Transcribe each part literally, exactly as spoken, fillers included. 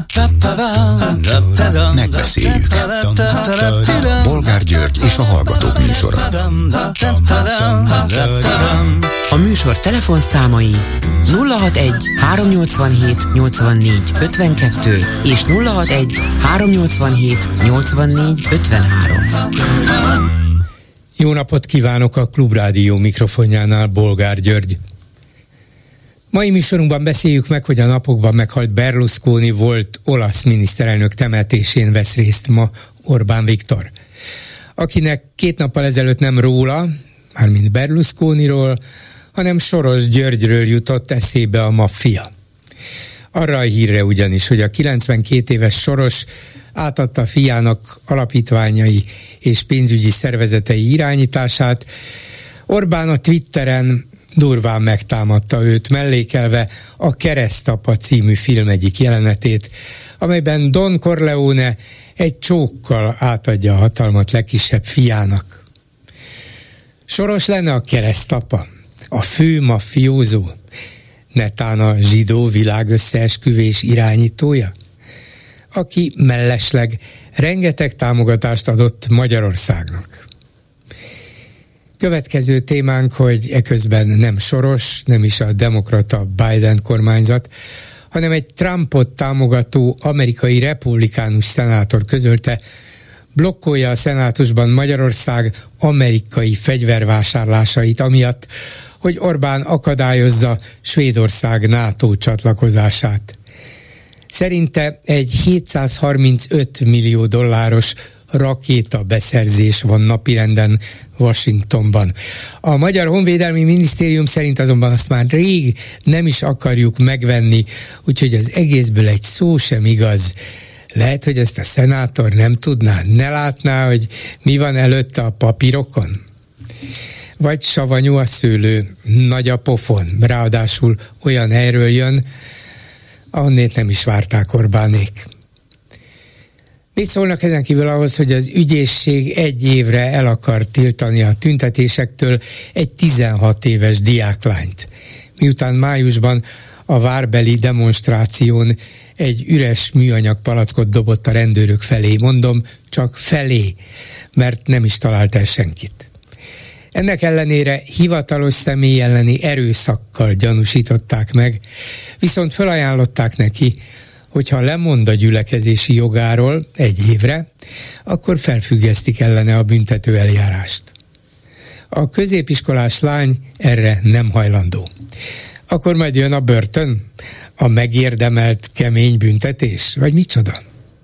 Megbeszéljük. Bolgár György és a Hallgatók műsora. A műsor telefonszámai nulla hatvanegy háromnyolcvanhét nyolcvannégy ötvenkettő és nulla hatvanegy háromnyolcvanhét nyolcvannégy ötvenhárom. Jó napot kívánok, a Klubrádió mikrofonjánál Bolgár György. Mai műsorunkban beszéljük meg, hogy a napokban meghalt Berlusconi volt olasz miniszterelnök temetésén vesz részt ma Orbán Viktor, akinek két nappal ezelőtt nem róla, mármint Berlusconiról, hanem Soros Györgyről jutott eszébe a maffia. Arra a hírre ugyanis, hogy a kilencvenkét éves Soros átadta fiának alapítványai és pénzügyi szervezetei irányítását, Orbán a Twitteren durván megtámadta őt, mellékelve a Keresztapa című film egyik jelenetét, amelyben Don Corleone egy csókkal átadja a hatalmat legkisebb fiának. Soros lenne a keresztapa, a fő maffiózó, netán a zsidó világösszeesküvés irányítója, aki mellesleg rengeteg támogatást adott Magyarországnak. Következő témánk, hogy eközben nem Soros, nem is a demokrata Biden kormányzat, hanem egy Trumpot támogató amerikai republikánus szenátor közölte, blokkolja a szenátusban Magyarország amerikai fegyvervásárlásait, amiatt, hogy Orbán akadályozza Svédország NATO csatlakozását. Szerinte egy hétszázharmincöt millió dolláros rakéta beszerzés van napirenden Washingtonban. A Magyar Honvédelmi Minisztérium szerint azonban azt már rég nem is akarjuk megvenni, úgyhogy az egészből egy szó sem igaz. Lehet, hogy ezt a szenátor nem tudná, ne látná, hogy mi van előtte a papírokon? Vagy savanyú a szőlő, nagy a pofon, ráadásul olyan helyről jön, ahonnét nem is várták Orbánék. Mit szólnak ezen kívül ahhoz, hogy az ügyészség egy évre el akar tiltani a tüntetésektől egy tizenhat éves diáklányt, miután májusban a várbeli demonstráción egy üres műanyag palackot dobott a rendőrök felé, mondom, csak felé, mert nem is talált el senkit. Ennek ellenére hivatalos személy elleni erőszakkal gyanúsították meg, viszont felajánlották neki, hogyha lemond a gyülekezési jogáról egy évre, akkor felfüggesztik ellene a büntető eljárást. A középiskolás lány erre nem hajlandó. Akkor majd jön a börtön, a megérdemelt kemény büntetés, vagy micsoda?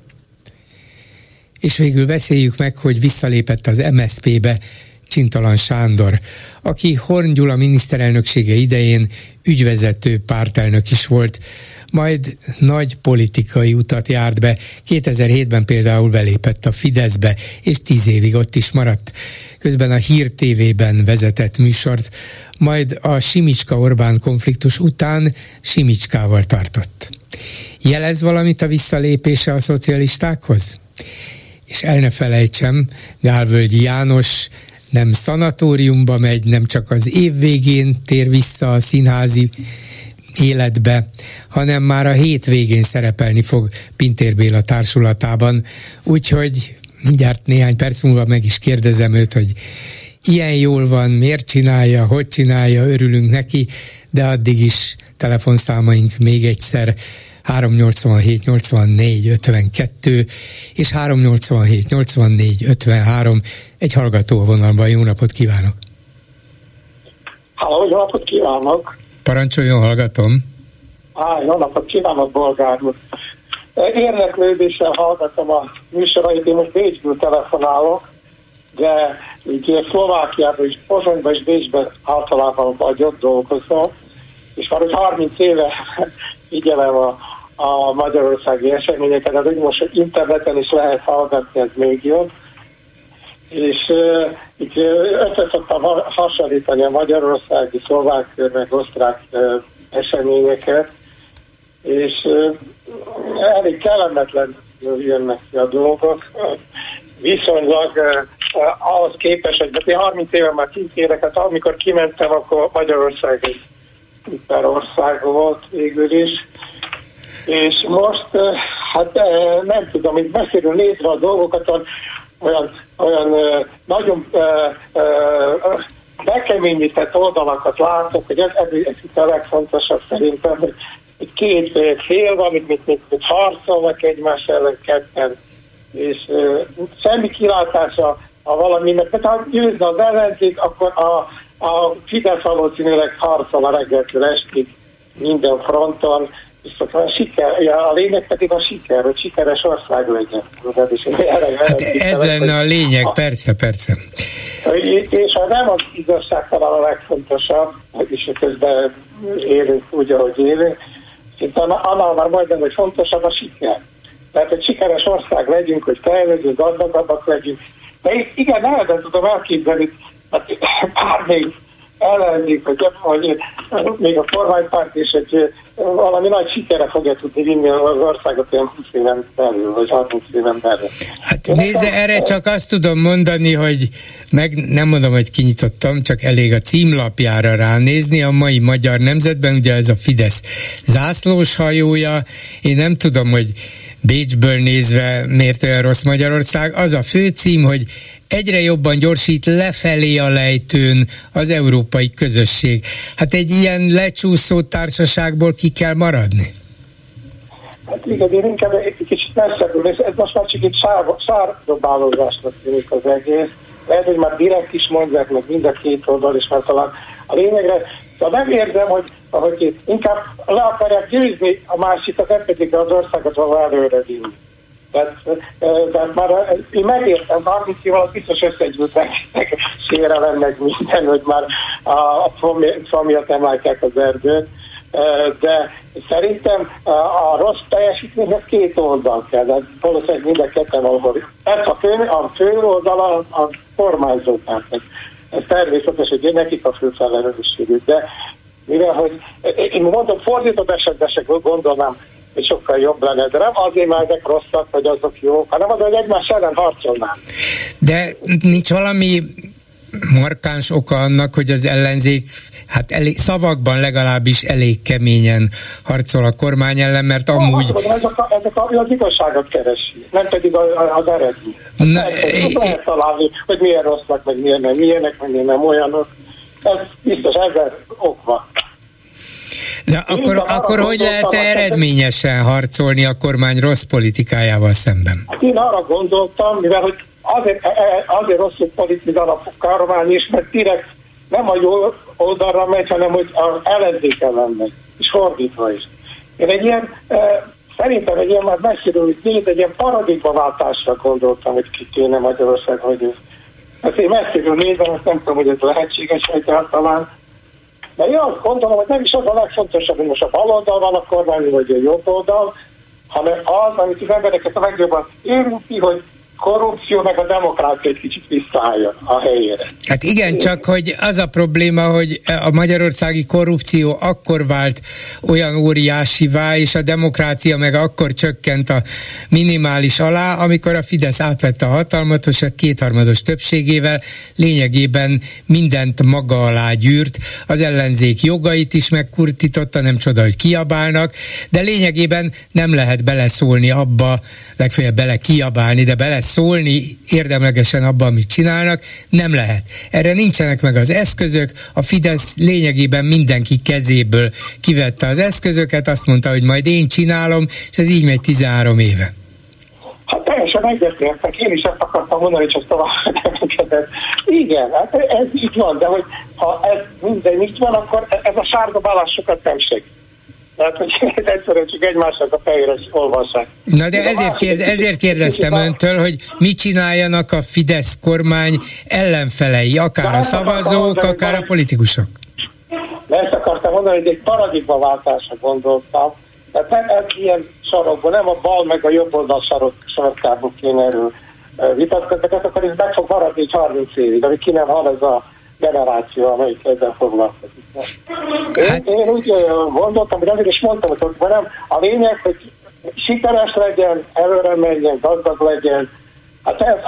És végül beszéljük meg, hogy visszalépett az em es zé pé-be Csintalan Sándor, aki Horn Gyula miniszterelnöksége idején ügyvezető pártelnök is volt, majd nagy politikai utat járt be, kétezer-hétben például belépett a Fideszbe, és tíz évig ott is maradt. Közben a Hír té vében vezetett műsort, majd a Simicska-Orbán konfliktus után Simicskával tartott. Jelez valamit a visszalépése a szocialistákhoz? És el ne felejtsem, Gálvölgyi János nem szanatóriumba megy, nem csak az év végén tér vissza a színházi életbe, hanem már a hétvégén szerepelni fog Pintér Béla társulatában, úgyhogy mindjárt néhány perc múlva meg is kérdezem őt, hogy ilyen jól van, miért csinálja, hogy csinálja, örülünk neki, de addig is telefonszámaink még egyszer háromnyolcvanhét nyolcvannégy ötvenkettő és háromnyolcvanhét nyolcvannégy ötvenhárom. Egy hallgató a vonalban, jó napot kívánok! Halló, jó napot kívánok! Parancsoljon, hallgatom! Á, jó napot kívánok, Bolgár úr! Érdeklődéssel hallgatom a műsorait, én most Bécsből telefonálok, de így Szlovákiában és Pozsonyban és Bécsben általában vagy ott dolgozom, és már harminc éve figyelem a, a magyarországi eseményeket, de úgy most interneten is lehet hallgatni, ez még jobb. És uh, itt össze szoktam hasonlítani a magyarországi, szlovák, meg osztrák uh, eseményeket, és uh, elég kellemetlen jönnek ki a dolgok. Viszonylag uh, ahhoz képest, hogy én harminc éve már kitérek, hát amikor kimentem, akkor Magyarország egy szuper ország volt végül is. És most, Hát nem tudom, itt beszélünk nézve a dolgokat, olyan, olyan nagyon bekeményített oldalakat látok, hogy ez, ez, ez itt a legfontosabb szerintem, hogy itt két fél van, mit, mit, mit, mit harcolnak egymás ellen ketten, és semmi kilátása a valaminek, mert ha győzne az ellenzék, akkor a, a Fidesz valószínűleg harcol a reggeltől estig minden fronton, és a siker, a lényeg pedig a siker, hogy sikeres ország legyen. Hát ez lenne a lényeg, a, persze, persze. És ha nem az igazságtalan a legfontosabb, és közben élünk úgy, ahogy élünk, szinte annál már majdnem, hogy fontosabb a siker. Tehát, hogy sikeres ország legyünk, hogy fejlődünk, gazdagabbak legyünk. De igen, nehezen tudom elképzelni, hát bár még ellenzék, hogy, hogy még a kormánypárt is egy valami nagy sikere fogja tudni vinni az országot olyan húsz éven belül, vagy harminc éven belül. Hát nézze, erre csak azt tudom mondani, hogy meg nem mondom, hogy kinyitottam, csak elég a címlapjára ránézni, a mai Magyar Nemzetben, ugye ez a Fidesz zászlós hajója, én nem tudom, hogy Bécsből nézve miért olyan rossz Magyarország, az a főcím, hogy egyre jobban gyorsít lefelé a lejtőn az európai közösség. Hát egy ilyen lecsúszó társaságból ki kell maradni? Hát igen, én inkább egy kicsit messzebből, ez most már csak egy sárdobálózásnak tűnik az egész. Lehet, hogy már direkt is mondják, meg mind a két oldal is, mert talán a lényegre, de nem érzem, hogy, hogy inkább le akarják győzni a másikat, nem pedig az országot valahol előre vinni. Tehát, tehát már én megértem, harminc év alatt biztos összegyűltek sérelem meg minden, hogy már a fa miatt nem látják az erdőt, de szerintem a rossz teljesítményhez két oldal kell, de valószínűleg mind a ketten valahol. Ez a fő, a fő oldal a, a kormányzó pártnak. Ez természetes, hogy nekik a fő felelősségük, de mivel, hogy én mondom, fordított esetben se gondolnám, hogy sokkal jobb lenne, de nem azért, mert ezek rosszak, vagy azok jók, hanem az, hogy egymás ellen harcolnám. De nincs valami markáns oka annak, hogy az ellenzék, hát elég, szavakban legalábbis elég keményen harcol a kormány ellen, mert amúgy... No, ezek, a, ezek a, az igazságot keresi, nem pedig az eredmény. Lehet találni, hogy milyen rosszak, meg milyen nem, milyenek, meg milyen nem olyanok. Ez biztos ezer ok van. De akkor, akkor hogy lehet eredményesen harcolni a kormány rossz politikájával szemben? Hát én arra gondoltam, mivel hogy azért, azért rosszul politizál a kormány is, mert direkt nem a jó oldalra megy, hanem hogy az ellenzék ellen megy, és fordítva is. Én egy ilyen, szerintem egy ilyen már messziről, hogy egy ilyen paradigmaváltásra gondoltam, hogy ki kéne Magyarország, hogy ezt én messziről nézem, azt nem tudom, hogy ez lehetséges egyáltalán. De én azt gondolom, hogy nem is az a legfontosabb, hogy most a bal oldal van a kormány, vagy a jobb oldal, hanem az, amit az embereket a legjobban érinti, hogy korrupció meg a demokrácia egy kicsit visszaálljon a helyére. Hát igen, csak hogy az a probléma, hogy a magyarországi korrupció akkor vált olyan óriásivá, és a demokrácia meg akkor csökkent a minimális alá, amikor a Fidesz átvette a hatalmat, és a kétharmados többségével lényegében mindent maga alá gyűrt, az ellenzék jogait is megkurtította, nem csoda, hogy kiabálnak, de lényegében nem lehet beleszólni abba, legfeljebb bele kiabálni, de bele szólni érdemlegesen abban, amit csinálnak, nem lehet. Erre nincsenek meg az eszközök, a Fidesz lényegében mindenki kezéből kivette az eszközöket, azt mondta, hogy majd én csinálom, és ez így megy tizenhárom éve. Hát teljesen egyetértek, én is ezt akartam mondani, hogy csak tovább nem. Igen, hát ez így van, de hogy ha ez minden így van, akkor ez a sárdobálás sokat nem segít. Tehát, hogy egyszerűen csak egymásnak a fejére olvassák. Na de ezért, kérde, ezért kérdeztem öntől, hogy mit csináljanak a Fidesz kormány ellenfelei, akár a szavazók, akár a politikusok. De ezt akartam mondani, hogy egy paradigmaváltásra gondoltam. Tehát nem ez ilyen sarokból, nem a bal meg a jobb oldal sarok, sarokkából kéne erről vitatkozni, akkor ez meg fog maradni egy harminc évig, ami ki nem hal ez a generáció, amelyik ezzel foglalkozik. Hát... Én, én úgy gondoltam, hogy azért is mondtam, hogy nem, a lényeg, hogy sikeres legyen, előre menjen, gazdag legyen. Hát ez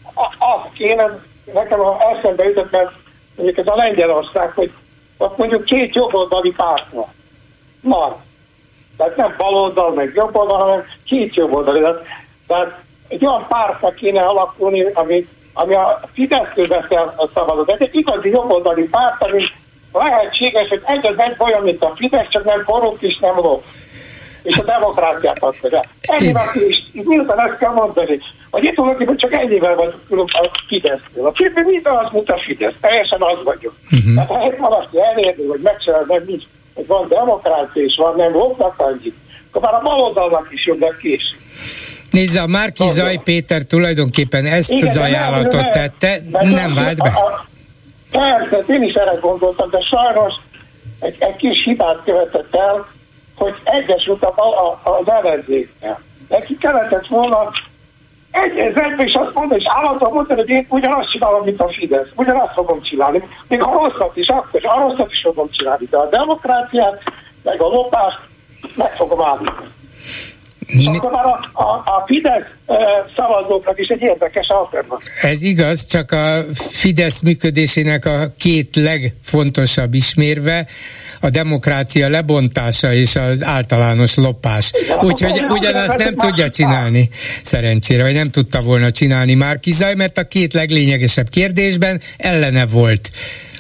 az kéne, nekem eszembe jutott, mert mondjuk ez a Lengyelország, hogy ott mondjuk két jobboldali párt van. Na, Tehát nem baloldal, meg jobboldal, hanem két jobboldali. Tehát, tehát egy olyan pártnak kéne alakulni, ami, ami a Fidesztől beszél a szavazat. Ez egy igazi jobboldali párt, ami lehetséges, hogy egy az egy olyan, mint a Fidesz, csak nem korrupt és nem lop. És a demokráciát adta. Ennyivel is, miután ezt kell mondani, hogy itt tulajdonképpen csak ennyivel vagyunk külön a Fidesztől. A többi minden az, mint a Fidesz. Teljesen az vagyunk. Uh-huh. Tehát ha egy valaki elérni, hogy megcsinálni, hogy van demokrácia és van, nem lopnak annyit, akkor már a baloldalnak is jobb, de később. Nézd, a Márki Zaj Péter tulajdonképpen ezt igen, az ajánlatot tette, nem, nem vált be. A, a, persze, én is erre gondoltam, de sajnos egy, egy kis hibát követett el, hogy egyesült a, a, az ellenzékkel. Neki kellett volna egyezzetbe is azt mondani, és állandóan mondani, hogy én ugyanazt csinálom, mint a Fidesz. Ugyanazt fogom csinálni. Még a rosszat is, akkor a rosszat is fogom csinálni. De a demokráciát, meg a lopást meg fogom állítani. Mi... Akkor már a, a, a Fidesz uh, szavazóknak is egy érdekes alternatív. Ez igaz, csak a Fidesz működésének a két legfontosabb ismérve a demokrácia lebontása és az általános lopás. Úgyhogy ugyanazt nem tudja csinálni, szerencsére, vagy nem tudta volna csinálni Márki Zaj, mert a két leglényegesebb kérdésben ellene volt.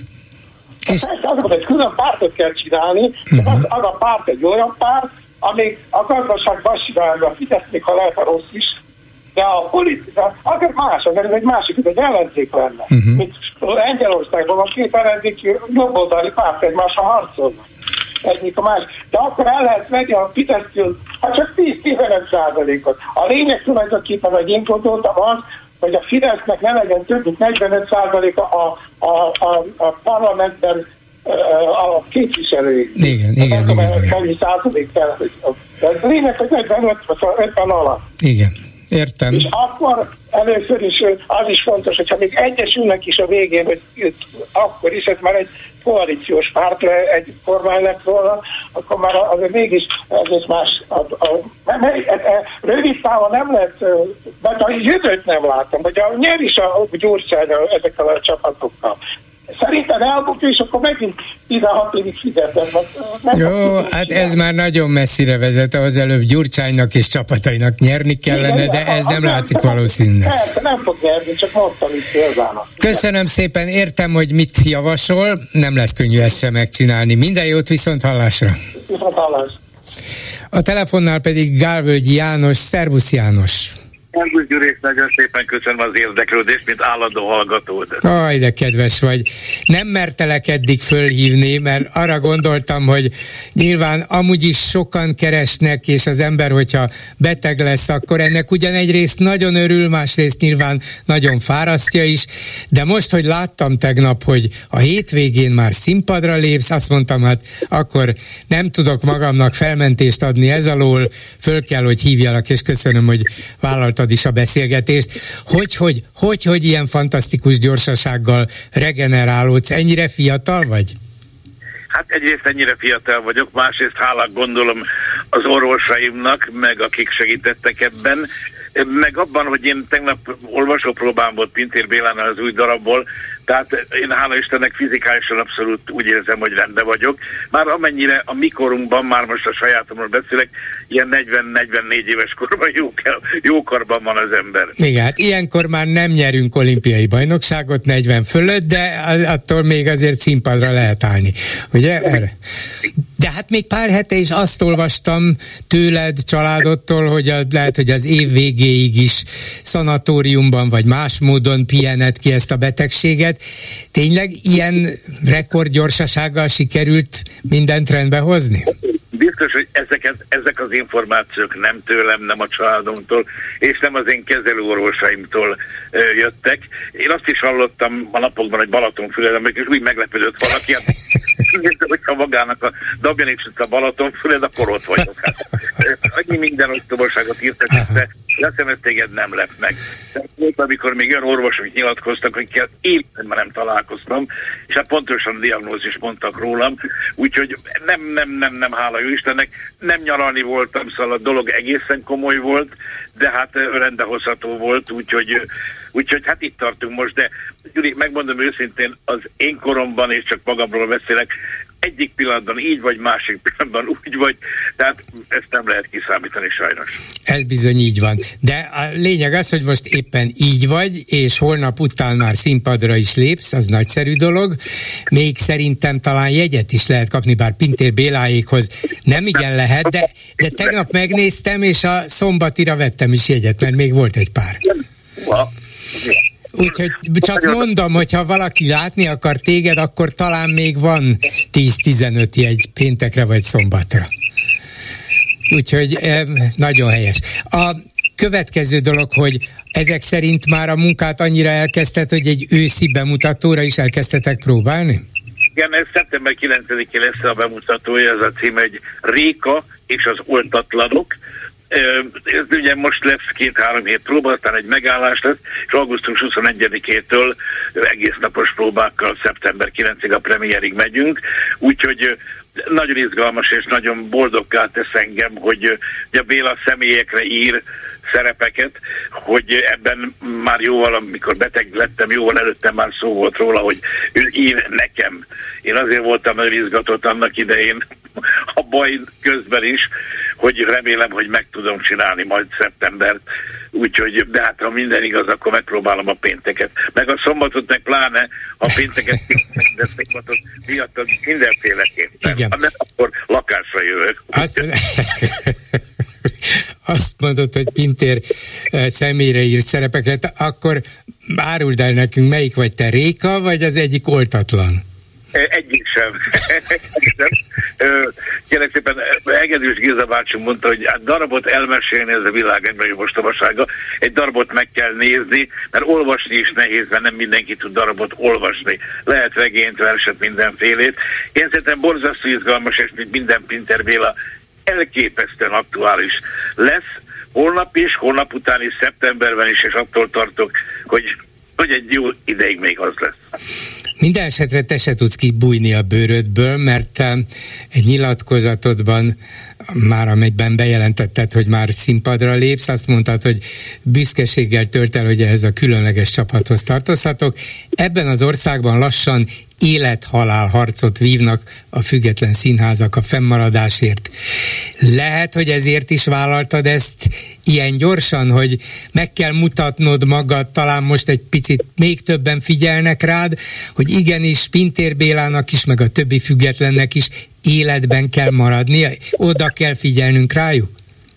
És... Persze, azokat egy külön pártot kell csinálni, uh-huh. az, az a párt egy olyan párt, amíg a gazdaságban csinálja a Fidesz, még ha lehet a rossz is, de a politika, azért más, azért egy másik, egy ellenzék lenne. Uh-huh. Mint Lengyelországban a két ellenzéki jobboldali párt egymásra harcolnak. Egyik a másik. De akkor el lehet venni a Fidesztől, hát csak tíz-tizenöt százalékot. A lényeg tulajdonképpen, hogy én gondoltam az, hogy a Fidesznek ne legyen több mint negyvenöt százaléka a, a, a, a parlamentben a képviselői. Igen, igen, igen. Mennyi százalék kell. A lényeg, hogy negyvenöt alatt. Igen, értem. És akkor először is az is fontos, hogyha még egyesülnek is a végén, hogy akkor is, ez már egy koalíciós párt, egy kormány lett volna, akkor már azért mégis ez más. A, a, a, a, rövid távon nem lehet, de a jövőt nem látom, hogy a nyer is a Gyurcsány ezekkel a csapatokkal. Szerintem elbukja, és akkor megint tizenhat évig fizetett. Jó, hát ez már nagyon messzire vezet, az előbb Gyurcsánynak és csapatainak nyerni kellene, igen, de ez nem látszik valószínűleg. Persze, nem fog nyerni, csak mondtam itt példának. Köszönöm szépen, értem, hogy mit javasol, nem lesz könnyű ezt sem megcsinálni. Minden jót, viszont hallásra. Viszont hallás. A telefonnál pedig Gálvölgyi János. Szervusz János! Szervusz Gyuri, nagyon szépen köszönöm az érdeklődést, mint állandó hallgatód. Aj, de kedves vagy. Nem mertelek eddig fölhívni, mert arra gondoltam, hogy nyilván amúgy is sokan keresnek, és az ember, hogyha beteg lesz, akkor ennek ugyan egyrészt nagyon örül, másrészt nyilván nagyon fárasztja is, de most, hogy láttam tegnap, hogy a hétvégén már színpadra lépsz, azt mondtam, hát akkor nem tudok magamnak felmentést adni ez alól, föl kell, hogy hívjalak, és köszönöm, hogy vállaltad is a beszélgetést. Hogy, hogy, hogy, hogy ilyen fantasztikus gyorsasággal regenerálódsz? Ennyire fiatal vagy? Hát egyrészt ennyire fiatal vagyok, másrészt hálát gondolom az orvosaimnak, meg akik segítettek ebben, meg abban, hogy én tegnap olvasópróbám volt Pintér Bélánál az új darabból, tehát én hála Istennek fizikálisan abszolút úgy érzem, hogy rendben vagyok. Már amennyire a mi korunkban, már most a sajátomról beszélek, ilyen negyven-negyvennégy éves korban jó, jókorban van az ember. Igen, hát ilyenkor már nem nyerünk olimpiai bajnokságot negyven fölött, de attól még azért színpadra lehet állni. Ugye? Erre. De hát még pár hete is azt olvastam tőled, családodtól, hogy a, lehet, hogy az év végéig is szanatóriumban vagy más módon pihened ki ezt a betegséget. Tényleg ilyen rekordgyorsasággal sikerült mindent rendbe hozni? Biztos, hogy ezeket, ezek az információk nem tőlem, nem a családomtól, és nem az én kezelőorvosaimtól ö, jöttek. Én azt is hallottam a napokban, hogy Balatonfüreden, és úgy meglepődött valaki, hát, hogyha magának a Dabjanics a Balatonfüred, akkor ott vagyok. Hát, annyi minden ostobaságot írtak össze, de azt hiszem, hogy téged nem lep meg. Tehát, amikor még olyan orvosok nyilatkoztak, hogy kell, életemben nem találkoztam, és hát pontosan diagnózis mondtak rólam, úgyhogy nem, nem, nem, nem, hála jó Istennek, nem nyaralni voltam, szóval a dolog egészen komoly volt, de hát rendbehozható volt, úgyhogy, úgyhogy hát itt tartunk most, de Gyuri, megmondom őszintén, az én koromban, és csak magamról beszélek, egyik pillanatban így vagy, másik pillanatban úgy vagy, tehát ezt nem lehet kiszámítani sajnos. Ez bizony így van. De a lényeg az, hogy most éppen így vagy, és holnap után már színpadra is lépsz, az nagyszerű dolog. Még szerintem talán jegyet is lehet kapni, bár Pintér Béláékhoz nem igen lehet, de, de tegnap megnéztem, és a szombatira vettem is jegyet, mert még volt egy pár. Úgyhogy csak mondom, hogyha valaki látni akar téged, akkor talán még van tíz-tizenöt jegy péntekre vagy szombatra. Úgyhogy nagyon helyes. A következő dolog, hogy ezek szerint már a munkát annyira elkezdted, hogy egy őszi bemutatóra is elkezdtetek próbálni? Igen, ez szeptember kilencedikén lesz a bemutatója, ez a cím egy Réka és az oltatlanok. Ez ugye most lesz két-három hét próba, aztán egy megállás lesz, és augusztus huszonegyedikétől egész napos próbákkal szeptember kilencedikéig a premierig megyünk, úgyhogy nagyon izgalmas és nagyon boldogká tesz engem, hogy ugye Béla személyekre ír szerepeket, hogy ebben már jóval, amikor beteg lettem, jóval előttem már szó volt róla, hogy ő ír nekem. Én azért voltam nagyon izgatott annak idején, a baj közben is, hogy remélem, hogy meg tudom csinálni majd szeptembert, úgyhogy, de hát ha minden igaz, akkor megpróbálom a pénteket. Meg a szombatot, meg pláne a pénteket, de szombatot miatt mindenféleképpen. Igen. De akkor lakásra jövök. Azt, azt mondod, hogy Pintér személyre ír szerepeket, akkor áruld el nekünk, melyik vagy te, Réka, vagy az egyik oltatlan? Egyik sem. Kérlek szépen, Hegedűs Géza bácsi mondta, hogy hát darabot elmesélni, ez a világ legnagyobb ostobasága, egy darabot meg kell nézni, mert olvasni is nehéz, mert nem mindenki tud darabot olvasni. Lehet regényt, verset, mindenfélét. Én szerintem borzasztó izgalmas, és mint minden Pintér Béla elképesztően aktuális lesz. Holnap is, holnap után is, szeptemberben is, és attól tartok, hogy, hogy egy jó ideig még az lesz. Minden esetre te se tudsz kibújni a bőrödből, mert egy nyilatkozatodban már amelyben bejelentetted, hogy már színpadra lépsz, azt mondtad, hogy büszkeséggel tölt el, hogy ehhez a különleges csapathoz tartozhatok. Ebben az országban lassan élet-halál harcot vívnak a független színházak a fennmaradásért. Lehet, hogy ezért is vállaltad ezt ilyen gyorsan, hogy meg kell mutatnod magad, talán most egy picit még többen figyelnek rád, hogy igenis Pintér Bélának is, meg a többi függetlennek is életben kell maradnia, oda kell figyelnünk rájuk?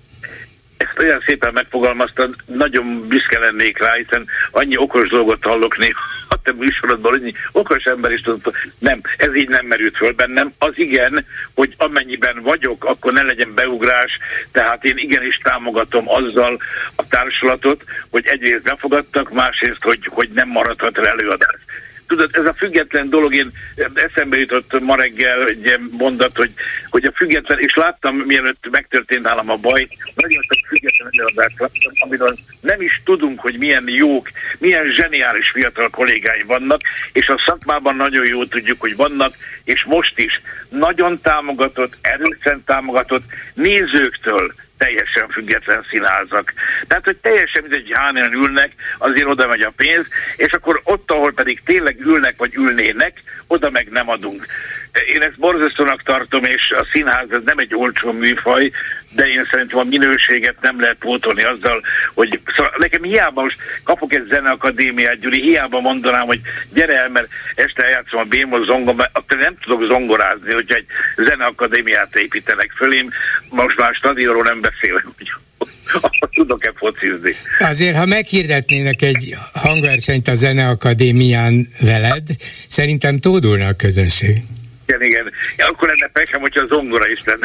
Ezt olyan szépen megfogalmaztad, nagyon büszke lennék rá, hiszen annyi okos dolgot hallok néha a te műsorodban, hogy okos ember is tudott, nem, ez így nem merült föl bennem. Az igen, hogy amennyiben vagyok, akkor ne legyen beugrás, tehát én igenis támogatom azzal a társulatot, hogy egyrészt befogadtak, másrészt, hogy, hogy nem maradhat el előadás. Tudod, ez a független dolog, én eszembe jutott ma reggel egy ilyen mondat, hogy, hogy a független, és láttam, mielőtt megtörtént nálam a baj, nagyon sok független előadást láttam, amiről nem is tudunk, hogy milyen jók, milyen zseniális fiatal kollégáim vannak, és a szakmában nagyon jól tudjuk, hogy vannak, és most is nagyon támogatott, erősen támogatott nézőktől teljesen független színházak. Tehát, hogy teljesen mindegy, hányan ülnek, azért oda megy a pénz, és akkor ott, ahol pedig tényleg ülnek, vagy ülnének, oda meg nem adunk. Én ezt borzasztónak tartom, és a színház ez nem egy olcsó műfaj, de én szerintem a minőséget nem lehet pótolni azzal, hogy szóval nekem hiába most kapok egy zeneakadémiát, Gyuri, hiába mondanám, hogy gyere el, mert este eljátszom a bémol zongor, mert akkor nem tudok zongorázni, hogyha egy zeneakadémiát építenek fölém, most már stadionról nem beszélek, hogy akkor tudok-e focizni. Azért, ha meghirdetnének egy hangversenyt a Zeneakadémián veled, szerintem tódulna a közönség. Igen, igen. Ja, akkor lenne pekkem, hogyha zongora is lenne.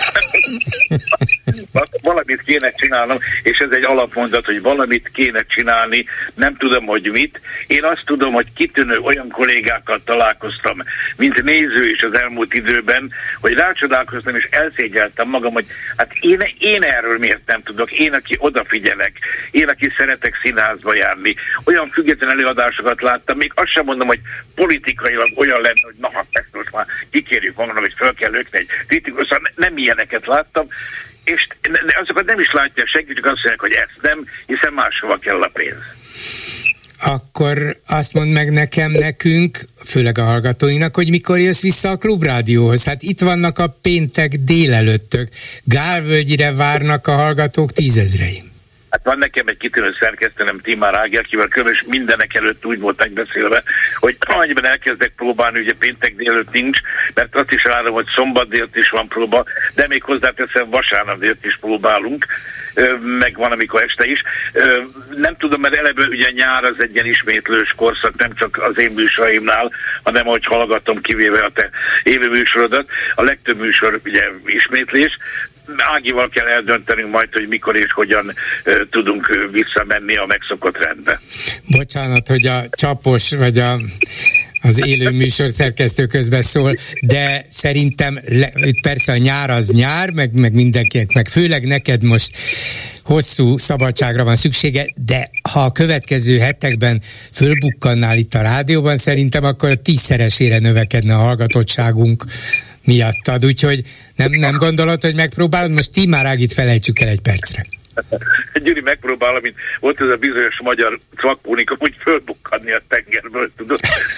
Valamit kéne csinálnom, és ez egy alapmondat, hogy valamit kéne csinálni, nem tudom, hogy mit. Én azt tudom, hogy kitűnő olyan kollégákkal találkoztam, mint néző is az elmúlt időben, hogy rácsodálkoztam, és elszégyeltem magam, hogy hát én, én erről miért nem tudok, én, aki odafigyelek, én, aki szeretek színházba járni. Olyan független előadásokat láttam, még azt sem mondom, hogy politikailag olyan lenne, hogy na, hát most már kikérjük magamnak, hogy fel kell lökni egy kritikus, szóval nem ilyeneket láttam, és azokat nem is látja senki, csak azt mondják, hogy ezt nem, hiszen máshova kell a pénz. akkor azt mondd meg nekem, nekünk, főleg a hallgatóinknak, hogy mikor jössz vissza a Klubrádióhoz. Hát itt vannak a péntek délelőttök. Gálvölgyire várnak a hallgatók tízezrei. Hát van nekem egy kitűnő szerkesztőm, Timár Ági, akivel különös mindenek előtt úgy volt megbeszélve, hogy annyiban elkezdek próbálni, ugye péntek délőtt nincs, mert azt is elárulom, hogy szombat délt is van próba, de még hozzáteszem, vasárnap délt is próbálunk, meg van, amikor este is. Nem tudom, mert eleve ugye nyár az egy ilyen ismétlős korszak, nem csak az én műsoraimnál, hanem ahogy hallgatom, kivéve a te élő műsorodat. A legtöbb műsor ugye ismétlés. Ágival kell eldöntenünk majd, hogy mikor és hogyan uh, tudunk visszamenni a megszokott rendbe. Bocsánat, hogy a csapos vagy a az élő műsor szerkesztő közben szól, de szerintem le, persze a nyár az nyár, meg, meg mindenkinek, meg főleg neked most hosszú szabadságra van szüksége, de ha a következő hetekben fölbukkannál itt a rádióban, szerintem akkor a tízszeresére növekedne a hallgatottságunk miattad, úgyhogy nem, nem gondolod, hogy megpróbálod? Most Timár Ágit felejtsük el egy percre. Gyuri, megpróbálom, mint volt ez a bizonyos magyar cvakpónika, hogy fölbukkanni a tengerből, tudod.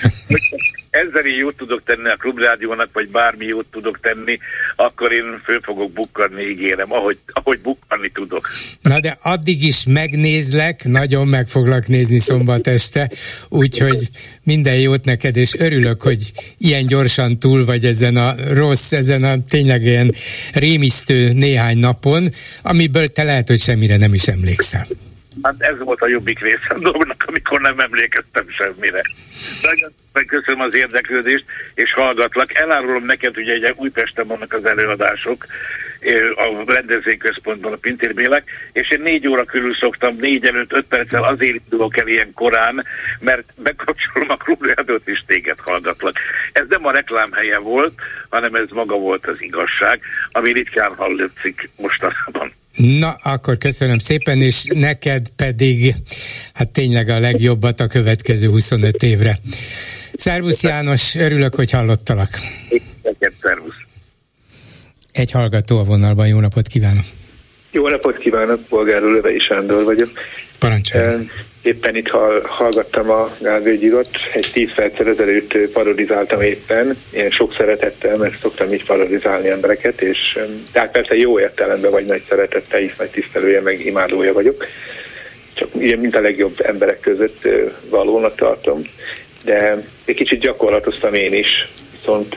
Ezzel én jót tudok tenni a Klubrádiónak, vagy bármi jót tudok tenni, akkor én föl fogok bukkanni, ígérem, ahogy, ahogy bukkanni tudok. Na de addig is megnézlek, nagyon meg foglak nézni szombat este, úgyhogy minden jót neked, és örülök, hogy ilyen gyorsan túl vagy ezen a rossz, ezen a tényleg ilyen rémisztő néhány napon, amiből te lehet, hogy semmire nem is emlékszel. Hát ez volt a jobbik része a dolognak, amikor nem emlékeztem semmire. Nagyon köszönöm az érdeklődést, és hallgatlak. Elárulom neked, hogy egy Újpesten vannak az előadások, a rendezvényközpontban, a Pintér Bélek, és én négy óra körül szoktam, négy előtt öt perccel azért indulok el ilyen korán, mert bekapcsolom a Klubrádiót, és téged hallgatlak. Ez nem a reklámhelye volt, hanem ez maga volt az igazság, ami ritkán hallatszik mostanában. Na, akkor köszönöm szépen, és neked pedig hát tényleg a legjobbat a következő huszonöt évre. Szervusz János, örülök, hogy hallottalak. Neked szervusz. Egy hallgató a vonalban, jó napot kívánok. Jó napot kívánok, Bolgár úr, Lövei Sándor vagyok. Parancsoljon. Éppen itt hallgattam a Gálvölgyirot, egy tíz perccel ezelőtt parodizáltam éppen, ilyen sok szeretettel, mert szoktam így parodizálni embereket, és tehát persze jó értelemben vagy nagy szeretettel, is nagy tisztelője, meg imádója vagyok. Csak ilyen, mint a legjobb emberek között valónak tartom. De egy kicsit gyakorlatoztam én is, viszont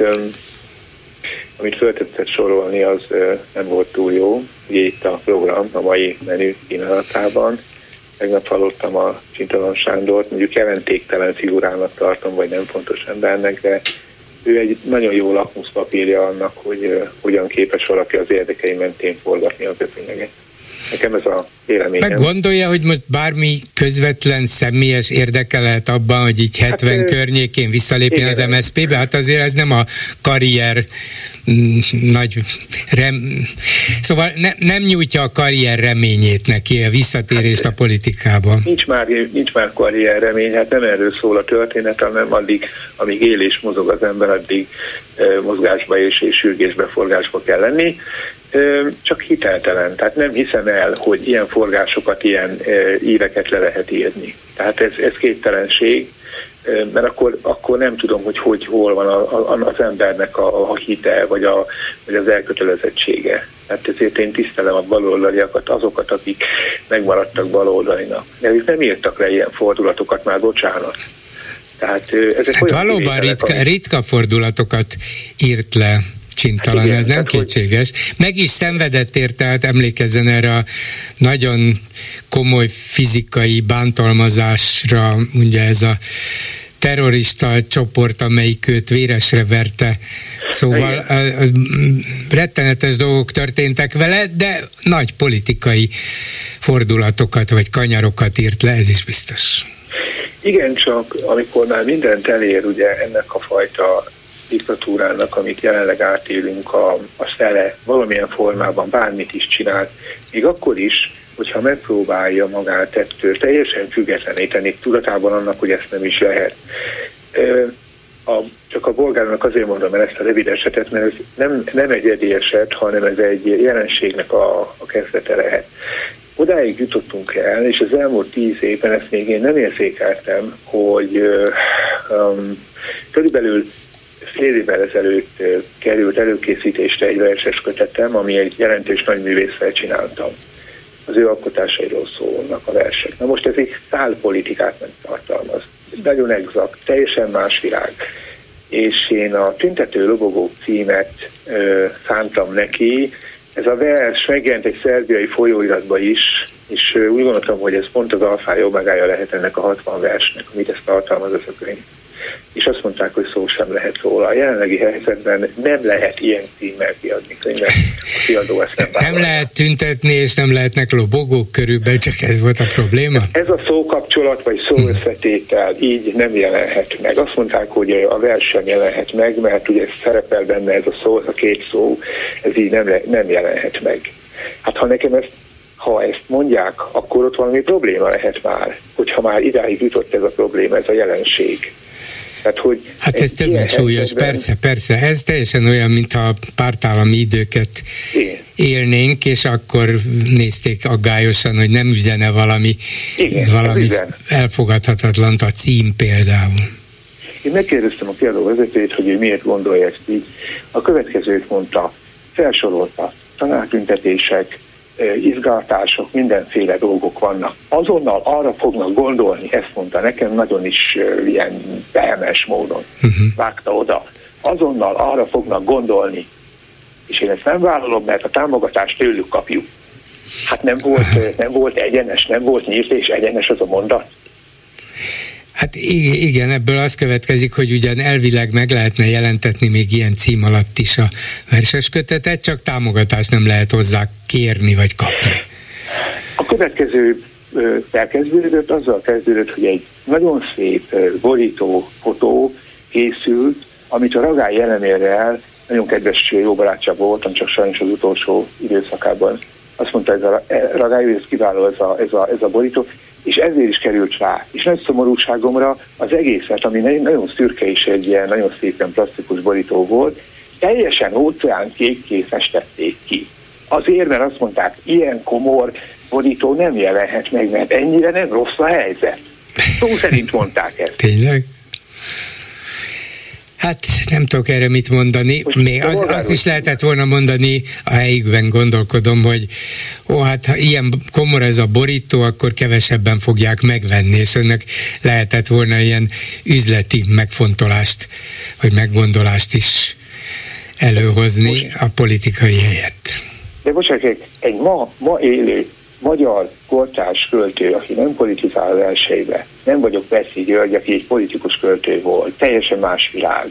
amit föltetszett sorolni, az nem volt túl jó. Ugye itt a program a mai menü kínálatában. Tegnap hallottam a Csintalan Sándort, mondjuk jelentéktelen figurának tartom, vagy nem fontos embernek, de ő egy nagyon jó lakmuszpapírja annak, hogy uh, hogyan képes valaki az érdekei mentén forgatni a közönleget. Nekem ez a véleményem. Meg gondolja, hogy most bármi közvetlen személyes érdeke lehet abban, hogy így hetven hát, környékén visszalépjen igen, az em es zé pé-be? Hát azért ez nem a karrier mm, nagy rem... Szóval ne, nem nyújtja a karrier reményét neki, a visszatérést hát, a politikában. Nincs már, nincs már karrier remény, hát nem erről szól a történet, hanem addig, amíg él és mozog az ember, addig uh, mozgásba és, és sürgésbe, forgásba kell lenni. Csak hiteltelen. Tehát nem hiszem el, hogy ilyen forgásokat, ilyen éveket le lehet írni. Tehát ez, ez képtelenség, mert akkor, akkor nem tudom, hogy, hogy hol van a, a, az embernek a, a hite, vagy, a, vagy az elkötelezettsége. Tehát ezért én tisztelem a baloldaliakat, azokat, akik megmaradtak baloldalinak. De ők nem írtak le ilyen fordulatokat, már bocsánat. Tehát, ezek hát valóban ritka, amik... ritka fordulatokat írt le Csintalan, igen, ez nem kétséges. Hogy... Meg is szenvedett érte, tehát emlékezzen erre a nagyon komoly fizikai bántalmazásra, ugye ez a terrorista csoport, amelyik őt véresre verte. Szóval a, a, rettenetes dolgok történtek vele, de nagy politikai fordulatokat vagy kanyarokat írt le, ez is biztos. Igen, csak amikor már mindent elér, ugye ennek a fajta diktatúrának, amit jelenleg átélünk, a, a szele valamilyen formában bármit is csinál, még akkor is, hogyha megpróbálja magát ettől teljesen függetleníteni, tudatában annak, hogy ezt nem is lehet. A, csak a Bolgárnak azért mondom el ezt a rövid esetet, mert ez nem, nem egy egyedi eset, hanem ez egy jelenségnek a, a kezdete lehet. odáig jutottunk el, és az elmúlt tíz évben ezt még én nem érzékeltem, hogy um, körülbelül fél évvel ezelőtt került előkészítésre egy verses kötetem, ami egy jelentős nagyművésszel csináltam. Az ő alkotásairól szólnak a versek. Na most ez egy szálpolitikát nem tartalmaz. Nagyon exakt, teljesen más világ. És én a Tüntető lobogók címet ö, szántam neki. Ez a vers megjelent egy szerbiai folyóiratban is, és ö, úgy gondoltam, hogy ez pont az alfája, omegája lehet ennek a hatvan versnek, amit ezt tartalmaz ez a könyv. És azt mondták, hogy szó sem lehet róla. A jelenlegi helyzetben nem lehet ilyen címmel kiadni könyvet. A kiadó ezt nem vállalja. Nem lehet tüntetni, és nem lehetnek lobogók körülbelül, csak ez volt a probléma? Ez a szókapcsolat, vagy szóösszetétel így nem jelenhet meg. Azt mondták, hogy a vers sem jelenhet meg, mert ugye szerepel benne ez a szó, a két szó, ez így nem, nem jelenhet meg. Hát ha nekem ezt Ha ezt mondják, akkor ott valami probléma lehet már, hogyha már idáig jutott ez a probléma, ez a jelenség. Tehát, hogy hát ez többnek súlyos, helyzetben... persze, persze. Ez teljesen olyan, mintha pártállami időket igen. élnénk, és akkor nézték aggályosan, hogy nem üzene valami, igen, valami üzen. Elfogadhatatlant a cím például. Én megkérdeztem a kiadó vezetőjét, hogy ő miért gondolja ezt így. A következőt mondta, felsorolta, tanártüntetések, izgatások, mindenféle dolgok vannak. Azonnal arra fognak gondolni, ezt mondta nekem nagyon is uh, ilyen vehemes módon. Uh-huh. Vágta oda. Azonnal arra fognak gondolni. És én ezt nem vállalom, mert a támogatást tőlük kapjuk. Hát nem volt, uh-huh. nem volt egyenes, nem volt nyílt és egyenes az a mondat. Hát igen, ebből az következik, hogy ugyan elvileg meg lehetne jelentetni még ilyen cím alatt is a verses kötetet, csak támogatást nem lehet hozzá kérni vagy kapni. A következő elkezdődött, azzal kezdődött, hogy egy nagyon szép borító fotó készült, amit a Ragály Elemérrel, nagyon kedves jó barátság voltam, csak sajnos az utolsó időszakában. Azt mondta ez a Ragály, hogy ez kiváló ez a, ez a, ez a borító, és ezért is került rá. És nagy szomorúságomra az egészet, ami nagyon szürke és egy ilyen nagyon szépen plastikus borító volt, teljesen óceán kékké festették ki. Azért, mert azt mondták, ilyen komor borító nem jelenhet meg, mert ennyire nem rossz a helyzet. Szó szerint mondták ezt. Tényleg? Hát nem tudok erre mit mondani. Még az, az is lehetett volna mondani, a helyükben gondolkodom, hogy ó, hát ha ilyen komor ez a borító, akkor kevesebben fogják megvenni, és önnek lehetett volna ilyen üzleti megfontolást, vagy meggondolást is előhozni most, a politikai helyett. De bocsánat, egy ma, ma élő magyar kortárs költő, aki nem politizál az elsőbe, nem vagyok Veszi György, aki egy politikus költő volt, teljesen más világ,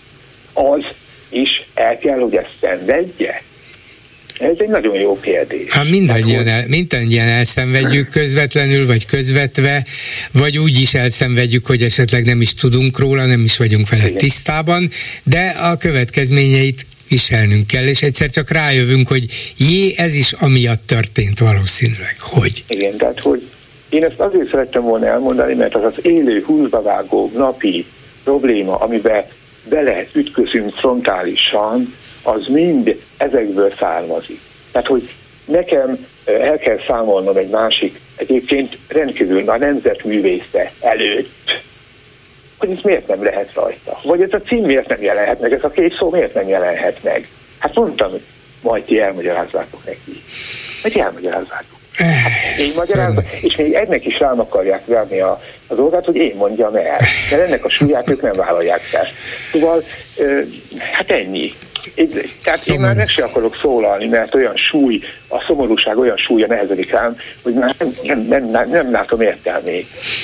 az is el kell, hogy ezt szenvedje? Ez egy nagyon jó kérdés. Hát mindannyian, el, mindannyian elszenvedjük közvetlenül, vagy közvetve, vagy úgy is elszenvedjük, hogy esetleg nem is tudunk róla, nem is vagyunk vele igen. tisztában, de a következményeit viselnünk kell, és egyszer csak rájövünk, hogy jé, ez is amiatt történt valószínűleg. Hogy? Igen, tehát hogy én ezt azért szerettem volna elmondani, mert az az élő, húzba vágó napi probléma, amiben bele ütközünk frontálisan, az mind ezekből származik. Tehát, hogy nekem el kell számolnom egy másik, egyébként rendkívül a nemzetművésze előtt, hogy ez miért nem lehet rajta. Vagy ez a cím miért nem jelenhet meg, ez a két szó miért nem jelenhet meg. Hát mondtam, hogy majd ti elmagyarázzátok neki. Majd ti elmagyarázzátok. Hát én magyarázom, és még ennek is rám akarják verni a, a dolgát, hogy én mondjam el. Mert ennek a súlyát ők nem vállalják fel. Szóval, hát ennyi. Én, tehát Szomorú. Én már meg sem akarok szólalni, mert olyan súly, a szomorúság olyan súlya nehezedik rám, hogy már nem, nem, nem, nem, nem látom értelmét.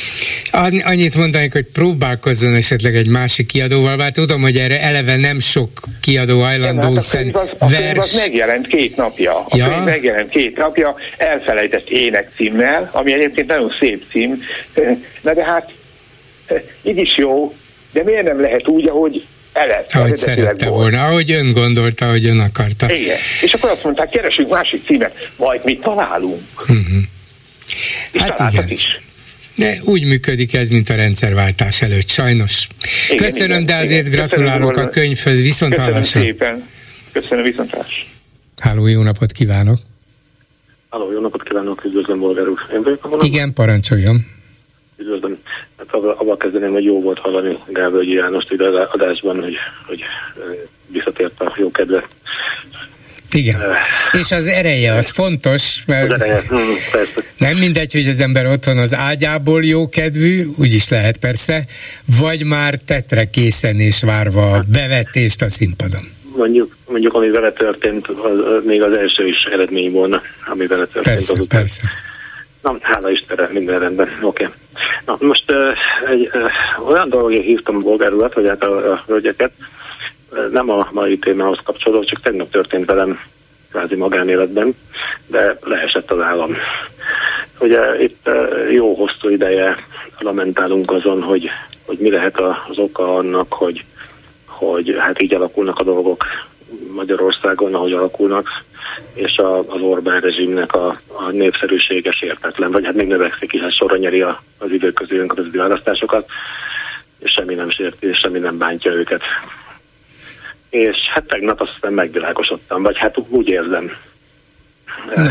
Annyit mondanék, hogy próbálkozzon esetleg egy másik kiadóval, bár tudom, hogy erre eleve nem sok kiadó hajlandó. Hát a könyv az, a könyv az megjelent két napja. A ja. könyv megjelent két napja, elfelejtett ének címmel, ami egyébként nagyon szép cím. Na de hát, így is jó, de miért nem lehet úgy, ahogy Elett, ahogy szerette volt. volna, ahogy ön gondolta, ahogy ön akarta. Igen. És akkor azt mondták, keresünk másik címet, majd mi találunk. Uh-huh. És hát igen. is. De úgy működik ez, mint a rendszerváltás előtt, sajnos. Igen, Köszönöm, igen, de azért igen. gratulálok Köszönöm, a könyvhöz, viszont hallásra. Köszönöm szépen. Köszönöm, viszont hallásra. Háló, jó napot kívánok! Halló, jó napot kívánok, üdvözlöm, Bolgár úr. Én vagyok a vonatban? Igen, parancsoljon. Üdvözlöm. Hát avval kezdeném, hogy jó volt hallani Gálvölgyi Jánost ide az adásban, hogy, hogy visszatért a jó kedve. Igen. Uh, és az ereje, az fontos, mert az ereje, persze. Nem mindegy, hogy az ember otthon az ágyából jókedvű, úgyis lehet persze, vagy már tetre készen és várva a bevetést a színpadon. Mondjuk, mondjuk ami vele történt, az, még az első is eredmény volna, ami vele történt. Persze, azután. persze. Na, hála Istenre, minden rendben. Oké. Okay. Na, most uh, egy, uh, olyan dologért hívtam a Bolgár urat, hogy hát a, a hölgyeket, uh, nem a mai témához kapcsolódó, csak tegnap történt velem kvázi magánéletben, de leesett az állam. Ugye itt uh, jó hosszú ideje lamentálunk azon, hogy, hogy mi lehet az oka annak, hogy, hogy hát így alakulnak a dolgok Magyarországon, ahogy alakulnak, és a, az Orbán rezsimnek a, a népszerűsége sértetlen, vagy hát még növekszik is, hát sorra nyeri a, az időközi önkormányzati választásokat, és semmi nem sérti, és semmi nem bántja őket. És hát tegnap azt hiszem megvilágosodtam, vagy hát úgy érzem. Ne.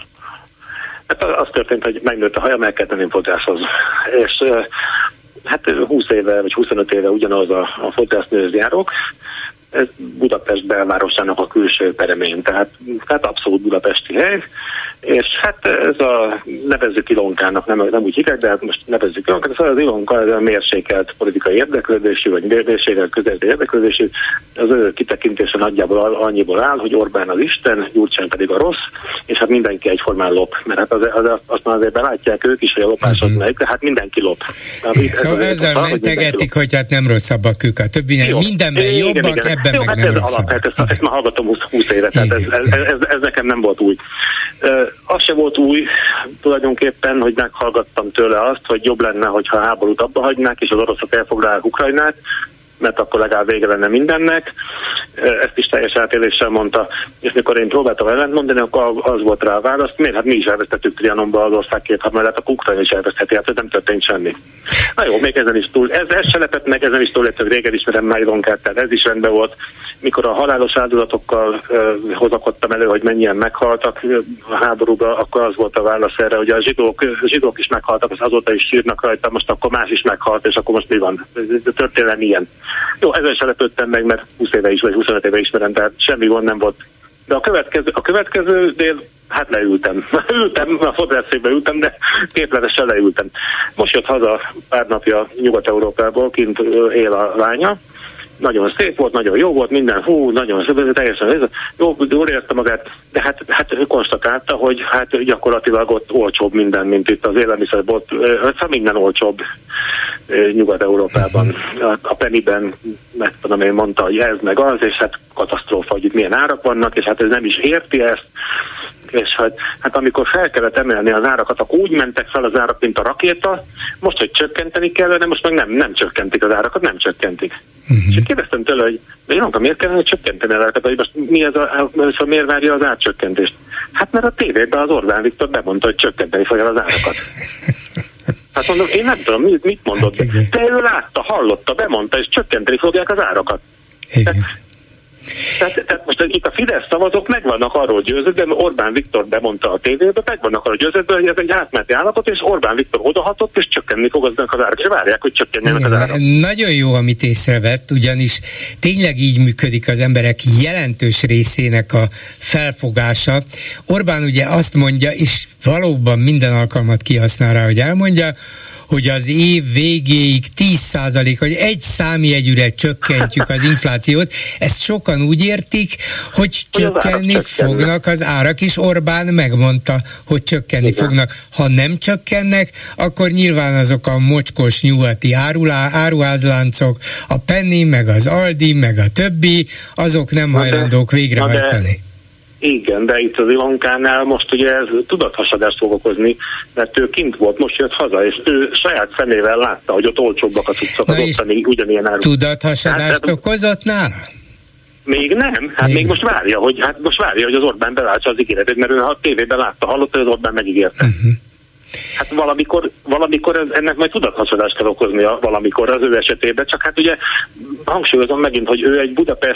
Hát az történt, hogy megnőtt a hajam, elkezdtem fodrászhoz. És hát húsz éve, vagy huszonöt éve ugyanaz a, a fodrásznőhöz járok. Ez Budapest belvárosának a külső peremén, tehát, tehát abszolút budapesti hely, és hát ez a nevezzük Ilonkának, nem, nem úgy hívják, de hát most nevezzük Ilonkának, szóval az Ilonka ez a mérsékelt politikai érdeklődésű, vagy mérsékelt közeleti érdeklődésű, az ő kitekintése nagyjából annyiból áll, hogy Orbán az Isten, Gyurcsány pedig a rossz, és hát mindenki egyformán lop, mert hát az, az, azt már azért belátják ők is, hogy a lopásod uh-huh. megy, de hát mindenki lop. Tehát, szóval ez ezzel az, mentegetik, hogy, hogy hát nem rosszabbak ők a többinek, jó. Mindenben igen, jobbak, igen, igen. ebben jó, meg hát nem rosszabbak. Hát ezt, ezt már hallgatom húsz éve, tehát ez, ez, ez, ez nekem nem volt új. Uh, az se volt új tulajdonképpen, hogy meghallgattam tőle azt, hogy jobb lenne, hogyha a háborút abba hagynák, és az oroszok elfoglalják Ukrajnát, mert akkor legalább vége lenne mindennek. Ezt is teljes átéléssel mondta, és mikor én próbáltam ellentmondani, akkor az volt rá a válasz, miért? Hát mi is elvesztettük Trianonba az ország kétharmadát, akkor Ukrajna is elvesztheti, hát nem történt semmi. Na jó, még ezen is túl, ez, ez se lepett meg, ezen is túl lett, hogy régen ismerem már Ilonkát, tehát ez is rendben volt. Mikor a halálos áldozatokkal uh, hozakodtam elő, hogy mennyien meghaltak a háborúba, akkor az volt a válasz erre, hogy a zsidók, a zsidók is meghaltak, az azóta is sírnak rajta, most akkor más is meghalt, és akkor most mi van? Történelem ilyen. Jó, ezen se lepődtem meg, mert húsz éve is, vagy huszonöt éve ismerem, tehát semmi gond nem volt. De a következő, a következőnél, hát leültem. Ültem, a fodrászékbe ültem, de képletesen leültem. Most jött haza pár napja Nyugat-Európából, kint él a lánya. Nagyon szép volt, nagyon jó volt, minden, hú, nagyon szép, teljesen jó, jól érte magát, de hát, hát ő konstatálta, hogy hát gyakorlatilag ott olcsóbb minden, mint itt az élelmiszerbolt, szóval minden olcsóbb Nyugat-Európában. A, a pennyben, meg tudom én, mondta, hogy ez meg az, és hát katasztrófa, hogy itt milyen árak vannak, és hát ez nem is érti ezt, és hát, hát amikor fel kellett emelni az árakat, akkor úgy mentek fel az árak, mint a rakéta, most, hogy csökkenteni kellene, most meg nem, nem csökkentik az árakat, nem csökkentik. Uh-huh. És kérdeztem tőle, hogy de Ilonka, miért kellene csökkenteni az árakat, vagy most mi ez a, szóval miért várja az árcsökkentést? Hát mert a tévében az Orbán Viktor bemondta, hogy csökkenteni fogja az árakat. Hát mondom, én nem tudom, mit, mit mondod, hát, de ő látta, hallotta, bemondta, és csökkenteni fogják az árakat. Tehát, tehát, tehát most itt a Fidesz szavazók meg vannak arról győződve, mert Orbán Viktor bemondta a tévében, meg vannak arról győződve, hogy ez egy átmeneti állapot, és Orbán Viktor odahatott, és csökkenni fog az árak, és várják, hogy csökkenjenek az árak. Nagyon jó, amit észrevett, ugyanis tényleg így működik az emberek jelentős részének a felfogása. Orbán ugye azt mondja, és valóban minden alkalmat kihasznál rá, hogy elmondja, hogy az év végéig tíz százalék, vagy egy számjegyűre csökkentjük az inflációt. Ezt sokan úgy értik, hogy csökkenni fognak az árak, és Orbán megmondta, hogy csökkenni igen. fognak. Ha nem csökkennek, akkor nyilván azok a mocskos nyugati árulá, áruházláncok, a Penny, meg az Aldi, meg a többi, azok nem na hajlandók de, végrehajtani. Igen, de itt az Ilonkánál most ugye ez tudathasadást fog okozni, mert ő kint volt, most jött haza, és ő saját szemével látta, hogy ott olcsóbbak tudszak osztani ugyanilyen áru. Tudathasadást hát, okozott nála? Még nem, hát még, még most várja, hogy hát most várja, hogy az Orbán beváltsa az ígéretét, mert ő a tévében látta, hallotta, hogy az Orbán megígérte. Uh-huh. Hát valamikor, valamikor ez, ennek majd tudathasadást kell okoznia valamikor az ő esetében, csak hát ugye hangsúlyozom megint, hogy ő egy Budapest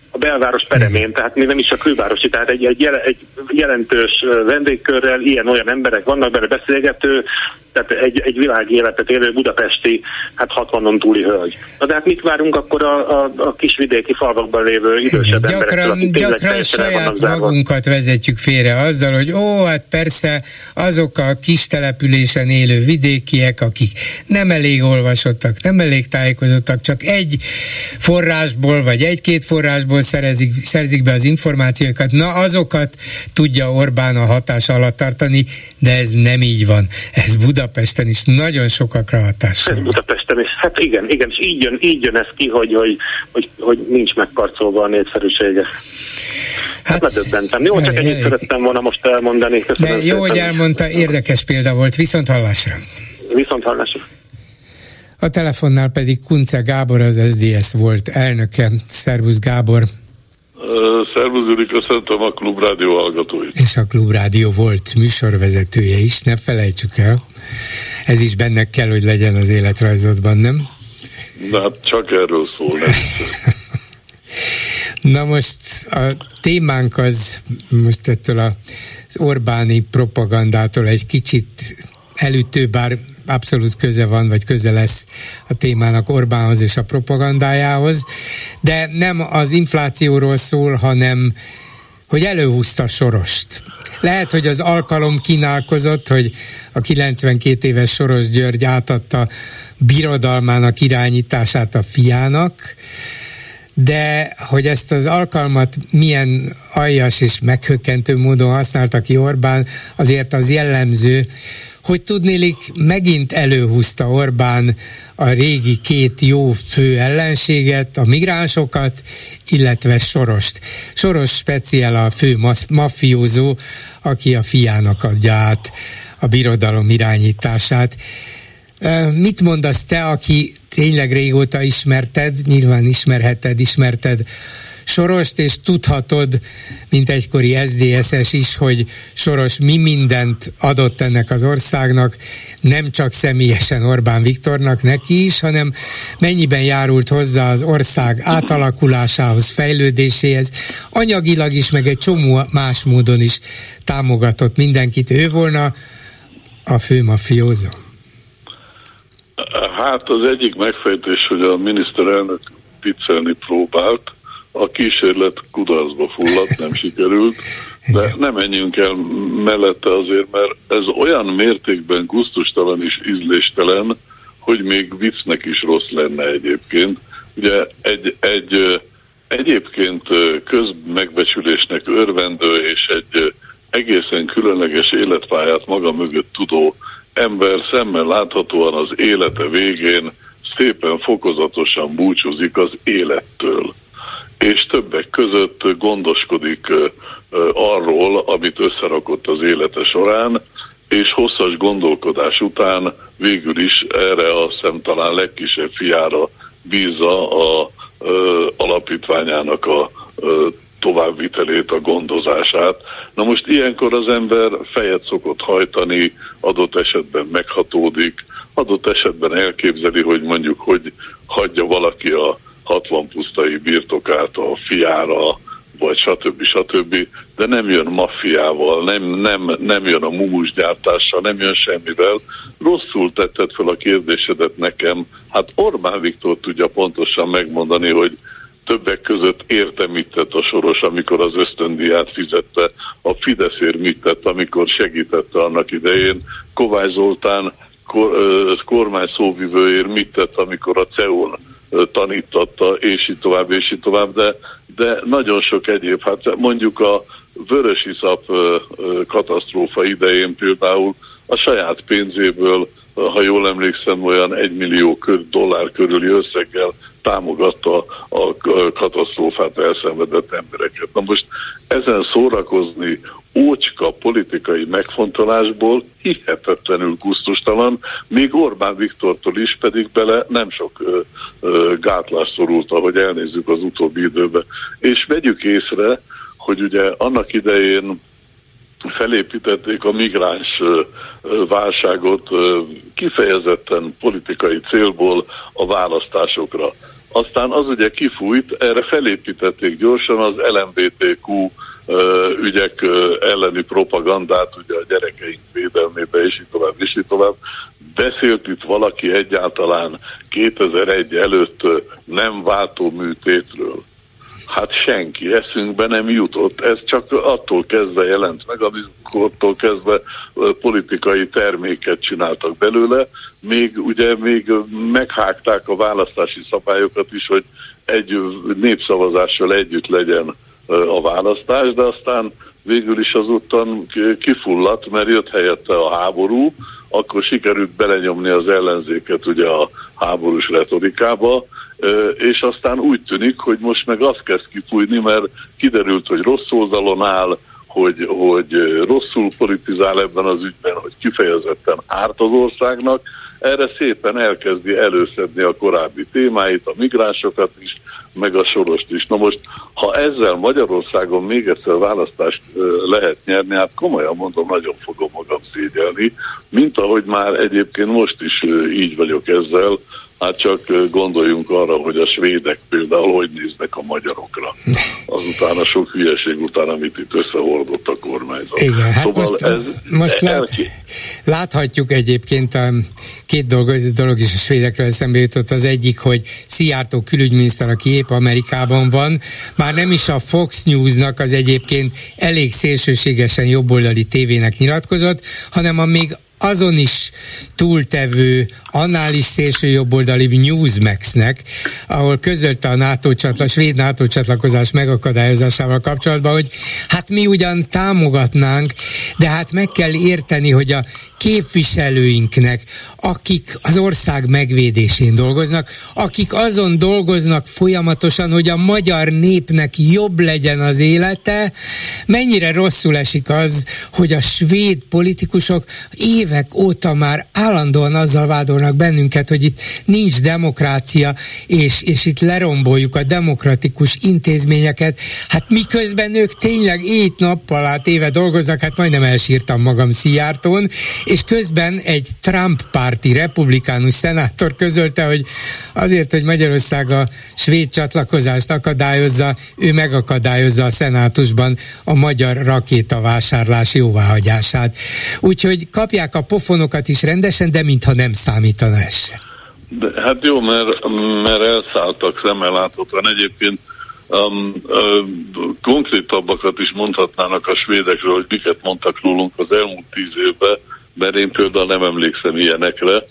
a belváros peremén, tehát még nem is a külvárosi, tehát egy, egy, egy jelentős vendégkörrel ilyen-olyan emberek vannak bele, beszélgető, tehát egy, egy világi életet élő budapesti, hát hatvanon túli hölgy. Na de hát mit várunk akkor a, a, a kisvidéki falvakban lévő idősebb gyakran, emberektől, akik gyakran saját magunkat vezetjük félre azzal, hogy ó, hát persze azok a kis településen élő vidékiek, akik nem elég olvasottak, nem elég tájékozottak, csak egy forrásból, vagy egy-két forrásból szerezik, szerzik be az információkat, na azokat tudja Orbán a hatás alatt tartani, de ez nem így van. Ez Budapesten is nagyon sokakra hatással. Ez Budapesten is. Hát igen, igen, és így jön, így jön ez ki, hogy, hogy, hogy, hogy nincs megkarcolva a népszerűsége. Hát, hát ledöbbentem. Jó, csak ennyit szerettem volna most elmondani. Köszönöm de jó, szépen. Hogy elmondta, érdekes példa volt. Viszont hallásra. Viszont hallásra. A telefonnál pedig Kunce Gábor, az es zé dé es volt elnöke. Szervusz Gábor. Uh, Szervusz Gyuri, köszöntöm a Klubrádió hallgatóit. És a Klubrádió volt műsorvezetője is, ne felejtsük el. Ez is benne kell, hogy legyen az életrajzodban, nem? Na hát csak erről szól, nem. Na most a témánk az most ettől az Orbáni propagandától egy kicsit elütő, bár abszolút köze van, vagy köze lesz a témának Orbánhoz és a propagandájához, de nem az inflációról szól, hanem hogy előhúzta Sorost. Lehet, hogy az alkalom kínálkozott, hogy a kilencvenkét éves Soros György átadta birodalmának irányítását a fiának, de hogy ezt az alkalmat milyen aljas és meghökkentő módon használta ki Orbán, azért az jellemző, hogy tudnélik megint előhúzta Orbán a régi két jó fő ellenséget, a migránsokat, illetve Sorost. Soros speciál a fő maffiózó, aki a fiának adja át a birodalom irányítását. Mit mondasz te, aki tényleg régóta ismerted, nyilván ismerheted, ismerted Sorost, és tudhatod, mint egykori es zé dé es-es is, hogy Soros mi mindent adott ennek az országnak, nem csak személyesen Orbán Viktornak, neki is, hanem mennyiben járult hozzá az ország átalakulásához, fejlődéséhez, anyagilag is, meg egy csomó más módon is támogatott mindenkit. Ő volna a fő mafiózó? Hát az egyik megfejtés, hogy a miniszterelnök viccelni próbált, a kísérlet kudarcba fulladt, nem sikerült, de nem menjünk el mellette azért, mert ez olyan mértékben gusztustalan és ízléstelen, hogy még viccnek is rossz lenne egyébként. Ugye egy, egy egyébként közmegbecsülésnek örvendő és egy egészen különleges életpályát maga mögött tudó ember szemmel láthatóan az élete végén szépen fokozatosan búcsúzik az élettől. És többek között gondoskodik arról, amit összerakott az élete során, és hosszas gondolkodás után végül is erre a szem talán legkisebb fiára bízza a ö, alapítványának a ö, továbbvitelét, a gondozását. Na most ilyenkor az ember fejet szokott hajtani, adott esetben meghatódik, adott esetben elképzeli, hogy mondjuk, hogy hagyja valaki a hatvan pusztai birtokát a fiára, vagy stb. stb., de nem jön maffiával, nem, nem, nem jön a mumusgyártással, nem jön semmivel. Rosszul tetted fel a kérdésedet nekem. Hát Orbán Viktor tudja pontosan megmondani, hogy többek között érte mit tett a Soros, amikor az ösztöndíját fizette, a Fideszért mit tett, amikor segítette annak idején, Kovács Zoltán kor, kormány szóvivőért mit tett, amikor a cé e u-n tanítatta, és így tovább, és így tovább, de, de nagyon sok egyéb, hát mondjuk a vörösiszap katasztrófa idején például a saját pénzéből, ha jól emlékszem, olyan egymillió dollár körüli összeggel támogatta a katasztrófát elszenvedett embereket. Na most ezen szórakozni ócska politikai megfontolásból hihetetlenül gusztustalan, még Orbán Viktortól is pedig bele nem sok ö, ö, gátlás szorult, ahogy elnézzük az utóbbi időben. És vegyük észre, hogy ugye annak idején felépítették a migráns ö, ö, válságot ö, kifejezetten politikai célból a választásokra. aztán az ugye kifújt, erre felépítették gyorsan az el em bé té kú ügyek elleni propagandát, ugye a gyerekeink védelmébe, és így tovább, és így tovább. Beszélt itt valaki egyáltalán kétezer-egy előtt nem váltóműtétről? Hát senki, eszünkbe nem jutott. Ez csak attól kezdve jelent meg, amikor kezdve politikai terméket csináltak belőle, még ugye még meghágták a választási szabályokat is, hogy egy népszavazással együtt legyen a választás, de aztán végül is azután kifulladt, mert jött helyette a háború, akkor sikerült belenyomni az ellenzéket ugye a háborús retorikába, és aztán úgy tűnik, hogy most meg azt kezd kifújni, mert kiderült, hogy rossz oldalon áll, hogy, hogy rosszul politizál ebben az ügyben, hogy kifejezetten árt az országnak, erre szépen elkezdi előszedni a korábbi témáit, a migránsokat is, meg a Sorost is. Na most, ha ezzel Magyarországon még egyszer választást lehet nyerni, hát komolyan mondom, nagyon fogom magam szégyelni, mint ahogy már egyébként most is így vagyok ezzel, hát csak gondoljunk arra, hogy a svédek például hogy néznek a magyarokra. Azután a sok hülyeség után, amit itt összehordott a kormányzat. Igen, hát szóval most, ez most lát, láthatjuk egyébként a két dolog, dolog is a svédekről eszembe jutott. Az egyik, hogy Szijjártó külügyminiszter, aki épp Amerikában van, már nem is a Fox Newsnak az egyébként elég szélsőségesen jobboldali tévének nyilatkozott, hanem a még azon is túltevő, annál is szélső jobboldali Newsmaxnek, ahol közölte a NATO csatla, svéd NATO csatlakozás megakadályozásával kapcsolatban, hogy hát mi ugyan támogatnánk, de hát meg kell érteni, hogy a képviselőinknek, akik az ország megvédésén dolgoznak, akik azon dolgoznak folyamatosan, hogy a magyar népnek jobb legyen az élete, mennyire rosszul esik az, hogy a svéd politikusok évek óta már állandóan azzal vádolnak bennünket, hogy itt nincs demokrácia, és, és itt leromboljuk a demokratikus intézményeket. Hát miközben ők tényleg éjt-nappal át éve dolgoznak, hát majdnem elsírtam magam Szijjártón, és közben egy Trump-párti republikánus szenátor közölte, hogy azért, hogy Magyarország a svéd csatlakozást akadályozza, ő megakadályozza a szenátusban a magyar rakétavásárlás jóváhagyását. Úgyhogy kapják a pofonokat is rendesen, de mintha nem számítana ez se. De, hát jó, mert, mert elszálltak szemmel láthatóan. Egyébként um, um, konkrétabbakat is mondhatnának a svédekről, hogy miket mondtak rólunk az elmúlt tíz évben, mert én például nem emlékszem ilyenekre.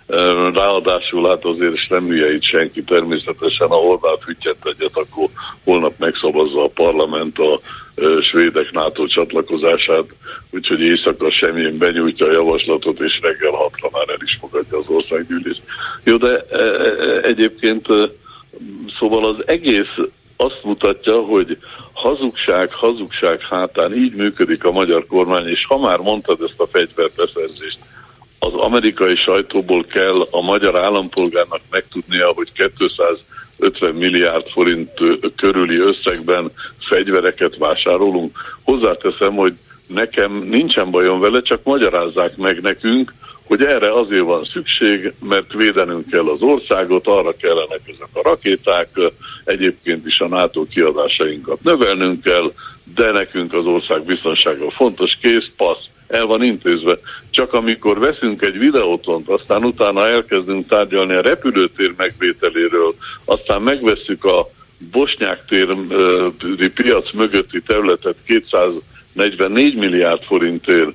Ráadásul hát azért is nem hülye itt senki, természetesen ha Orbán füttyent egyet, akkor holnap megszavazza a parlament a svédek NATO csatlakozását, úgyhogy éjszaka semmilyen benyújtja a javaslatot, és reggel hatra már el is fogadja az országgyűlés. Jó, de egyébként szóval az egész azt mutatja, hogy hazugság, hazugság hátán így működik a magyar kormány, és ha már mondtad ezt a fegyverbeszerzést, az amerikai sajtóból kell a magyar állampolgárnak megtudnia, hogy kétszázötven milliárd forint körüli összegben fegyvereket vásárolunk. Hozzáteszem, hogy nekem nincsen bajom vele, csak magyarázzák meg nekünk, hogy erre azért van szükség, mert védenünk kell az országot, arra kellenek ezek a rakéták, egyébként is a NATO kiadásainkat növelnünk kell, de nekünk az ország biztonsága fontos, kész, passz, el van intézve. Csak amikor veszünk egy videótont, aztán utána elkezdünk tárgyalni a repülőtér megvételéről, aztán megvesszük a Bosnyák téri piac mögötti területet kétszáznegyvennégy milliárd forintért,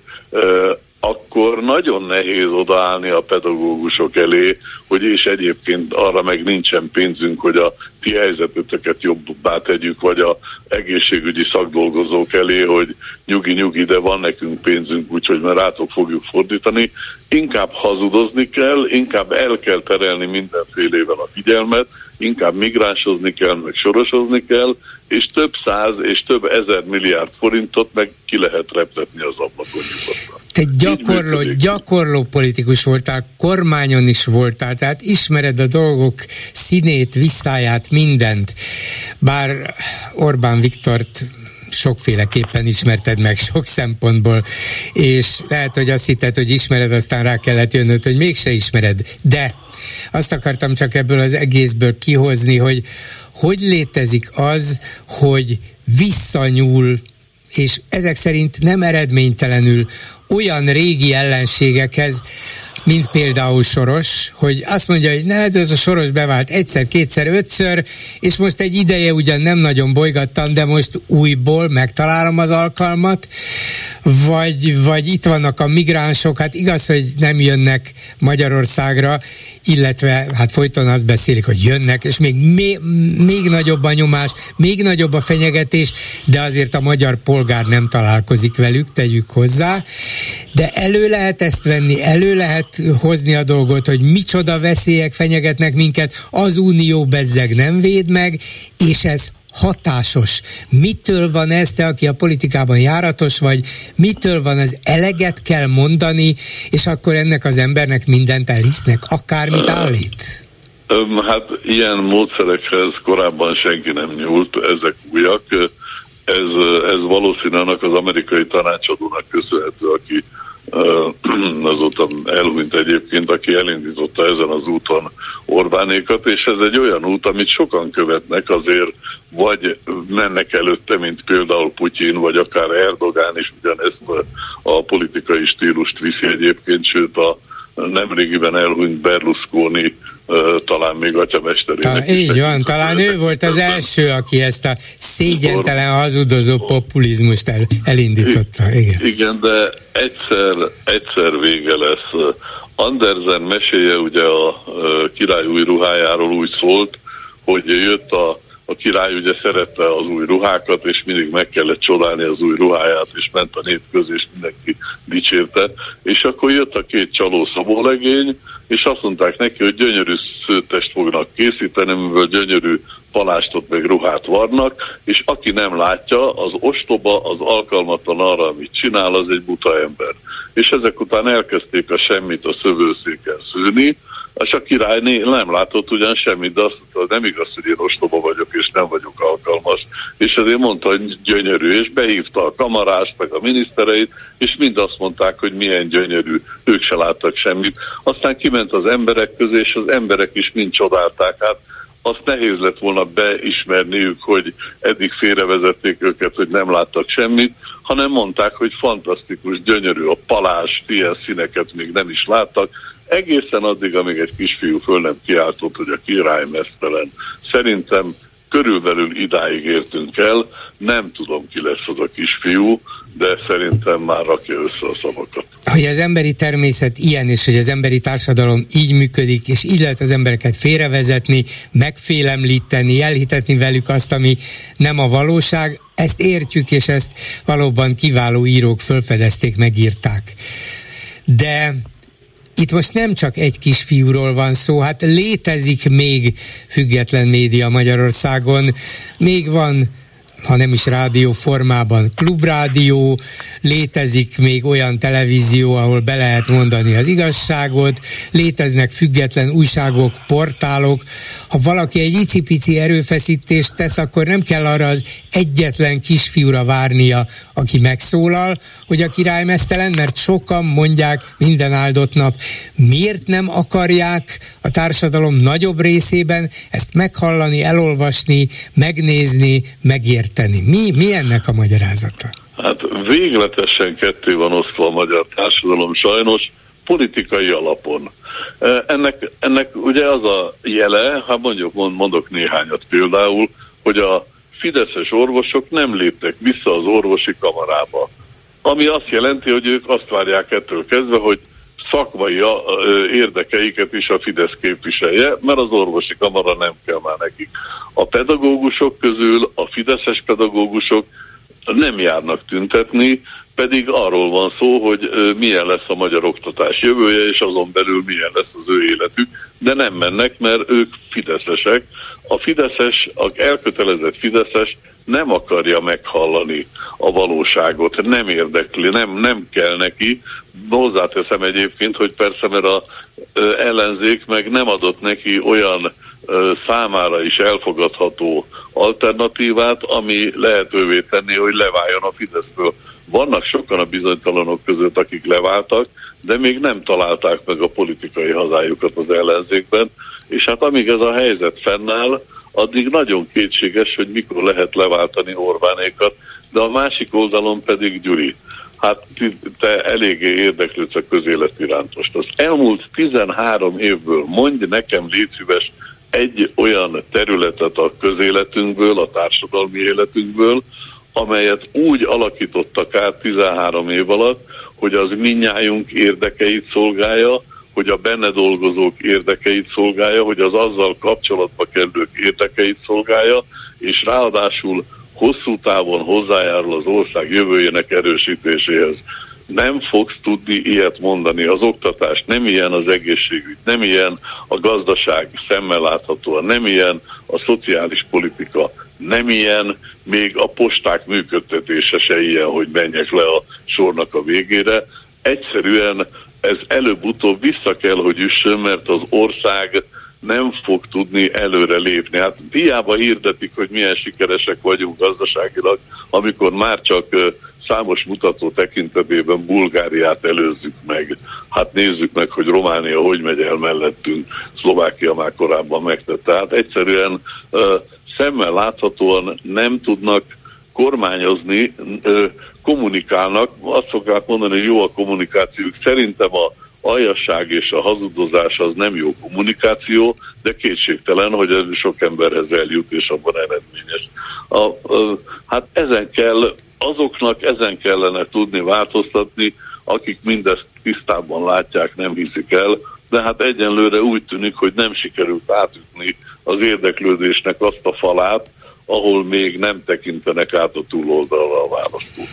akkor nagyon nehéz odaállni a pedagógusok elé, hogy és egyébként arra meg nincsen pénzünk, hogy a ti helyzeteteket jobbá tegyük, vagy a egészségügyi szakdolgozók elé, hogy nyugi-nyugi, de van nekünk pénzünk, úgyhogy már rátok fogjuk fordítani. Inkább hazudozni kell, inkább el kell terelni mindenfélével a figyelmet, inkább migránsozni kell, meg sorosozni kell, és több száz és több ezer milliárd forintot meg ki lehet reptetni az ablakon nyugodtan. Te gyakorló, gyakorló politikus voltál, kormányon is voltál, tehát ismered a dolgok színét, visszáját, mindent. Bár Orbán Viktort sokféleképpen ismerted meg sok szempontból, és lehet, hogy azt hitted, hogy ismered, aztán rá kellett jönnöd, hogy mégse ismered. De azt akartam csak ebből az egészből kihozni, hogy hogy létezik az, hogy visszanyúl, és ezek szerint nem eredménytelenül olyan régi ellenségekhez, mint például Soros, hogy azt mondja, hogy ne, ez a Soros bevált egyszer, kétszer, ötször, és most egy ideje ugyan nem nagyon bolygattam, de most újból megtalálom az alkalmat, vagy, vagy itt vannak a migránsok, hát igaz, hogy nem jönnek Magyarországra, illetve hát folyton azt beszélik, hogy jönnek, és még, még, még nagyobb a nyomás, még nagyobb a fenyegetés, de azért a magyar polgár nem találkozik velük, tegyük hozzá, de elő lehet ezt venni, elő lehet hozni a dolgot, hogy micsoda veszélyek fenyegetnek minket, az Unió bezzeg nem véd meg, és ez hatásos. Mitől van ez, te, aki a politikában járatos vagy, mitől van ez, eleget kell mondani, és akkor ennek az embernek mindent elhisznek, akármit állít? Hát ilyen módszerekhez korábban senki nem nyúlt, ezek újak. Ez, ez valószínűleg az amerikai tanácsadónak köszönhető, aki azóta elhunyt egyébként, aki elindította ezen az úton Orbánékat, és ez egy olyan út, amit sokan követnek, azért vagy mennek előtte, mint például Putyin, vagy akár Erdogán is ugyanezt a politikai stílust viszi egyébként, sőt a nemrégiben elhunyt Berlusconi talán még atyamesterében. Így van, talán ő volt az első, aki ezt a szégyentelen hazudozó populizmust el, elindította. Igen. Igen, de egyszer, egyszer vége lesz. Andersen meséje ugye a király új ruhájáról úgy szólt, hogy jött a A király ugye szerette az új ruhákat, és mindig meg kellett csodálni az új ruháját, és ment a nép közé, és mindenki dicsérte. És akkor jött a két csaló szabólegény, és azt mondták neki, hogy gyönyörű szőttest fognak készíteni, mivel gyönyörű palástot meg ruhát varnak, és aki nem látja, az ostoba, az alkalmatlan arra, amit csinál, az egy buta ember. És ezek után elkezdték a semmit a szövőszéken szőni, és a király nem látott ugyan semmit, de azt mondta, nem igaz, hogy én ostoba vagyok, és nem vagyok alkalmas. És ezért mondta, hogy gyönyörű, és behívta a kamarást, meg a minisztereit, és mind azt mondták, hogy milyen gyönyörű, ők se láttak semmit. Aztán kiment az emberek közé, és az emberek is mind csodálták. Hát azt nehéz lett volna beismerniük, hogy eddig félrevezették őket, hogy nem láttak semmit, hanem mondták, hogy fantasztikus, gyönyörű a palás, ilyen színeket még nem is láttak, egészen addig, amíg egy kisfiú föl nem kiáltott, hogy a király meztelen. Szerintem körülbelül idáig értünk el, nem tudom, ki lesz az a kisfiú, de szerintem már rakja össze a szavakat. Hogy az emberi természet ilyen, és hogy az emberi társadalom így működik, és így lehet az embereket félrevezetni, megfélemlíteni, elhitetni velük azt, ami nem a valóság, ezt értjük, és ezt valóban kiváló írók fölfedezték, megírták. De itt most nem csak egy kisfiúról van szó, hát létezik még független média Magyarországon, még van, ha nem is rádió formában, klubrádió, létezik még olyan televízió, ahol be lehet mondani az igazságot, léteznek független újságok, portálok. Ha valaki egy icipici erőfeszítést tesz, akkor nem kell arra az egyetlen kisfiúra várnia, aki megszólal, hogy a király meztelen, mert sokan mondják minden áldott nap. Miért nem akarják a társadalom nagyobb részében ezt meghallani, elolvasni, megnézni, megérteni? Mi, mi ennek a magyarázata? Hát végletesen ketté van osztva a magyar társadalom sajnos, politikai alapon. Ennek, ennek ugye az a jele, hát mondjuk mondok néhányat például, hogy a fideszes orvosok nem léptek vissza az orvosi kamarába. Ami azt jelenti, hogy ők azt várják ettől kezdve, hogy szakmai érdekeiket is a Fidesz képviselje, mert az orvosi kamara nem kell már nekik. A pedagógusok közül a fideszes pedagógusok nem járnak tüntetni, pedig arról van szó, hogy milyen lesz a magyar oktatás jövője, és azon belül milyen lesz az ő életük, de nem mennek, mert ők fideszesek. A fideszes, az elkötelezett fideszes nem akarja meghallani a valóságot, nem érdekli, nem, nem kell neki. Hozzáteszem egyébként, hogy persze, mert az ellenzék meg nem adott neki olyan számára is elfogadható alternatívát, ami lehetővé tenni, hogy leváljon a Fideszből. Vannak sokan a bizonytalanok között, akik leváltak, de még nem találták meg a politikai hazájukat az ellenzékben, és hát amíg ez a helyzet fennáll, addig nagyon kétséges, hogy mikor lehet leváltani Orbánékat, de a másik oldalon pedig Gyuri. Hát te eléggé érdeklődsz a közélet iránt most. Az elmúlt tizenhárom évből mondj nekem, légy szíves, egy olyan területet a közéletünkből, a társadalmi életünkből, amelyet úgy alakítottak át tizenhárom év alatt, hogy az mindnyájunk érdekeit szolgálja, hogy a benne dolgozók érdekeit szolgálja, hogy az azzal kapcsolatba kerülők érdekeit szolgálja, és ráadásul hosszú távon hozzájárul az ország jövőjének erősítéséhez. Nem fogsz tudni ilyet mondani. Az oktatás nem ilyen, az egészségügy, nem ilyen a gazdaság szemmel láthatóan, nem ilyen a szociális politika, nem ilyen, még a posták működtetése se ilyen, hogy menjek le a sornak a végére. Egyszerűen ez előbb-utóbb vissza kell, hogy üssön, mert az ország nem fog tudni előre lépni. Hát hiába hirdetik, hogy milyen sikeresek vagyunk gazdaságilag, amikor már csak számos mutató tekintetében Bulgáriát előzzük meg. Hát nézzük meg, hogy Románia hogy megy el mellettünk, Szlovákia már korábban megtette. Tehát egyszerűen uh, szemmel láthatóan nem tudnak kormányozni, uh, kommunikálnak. Azt szokták mondani, hogy jó a kommunikációk. Szerintem a aljasság és a hazudozás az nem jó kommunikáció, de kétségtelen, hogy ez sok emberhez eljut, és abban eredményes. A, a, hát ezen kell, azoknak ezen kellene tudni változtatni, akik mindezt tisztában látják, nem hiszik el, de hát egyenlőre úgy tűnik, hogy nem sikerült átütni az érdeklődésnek azt a falát, ahol még nem tekintenek át a túloldalra a választók.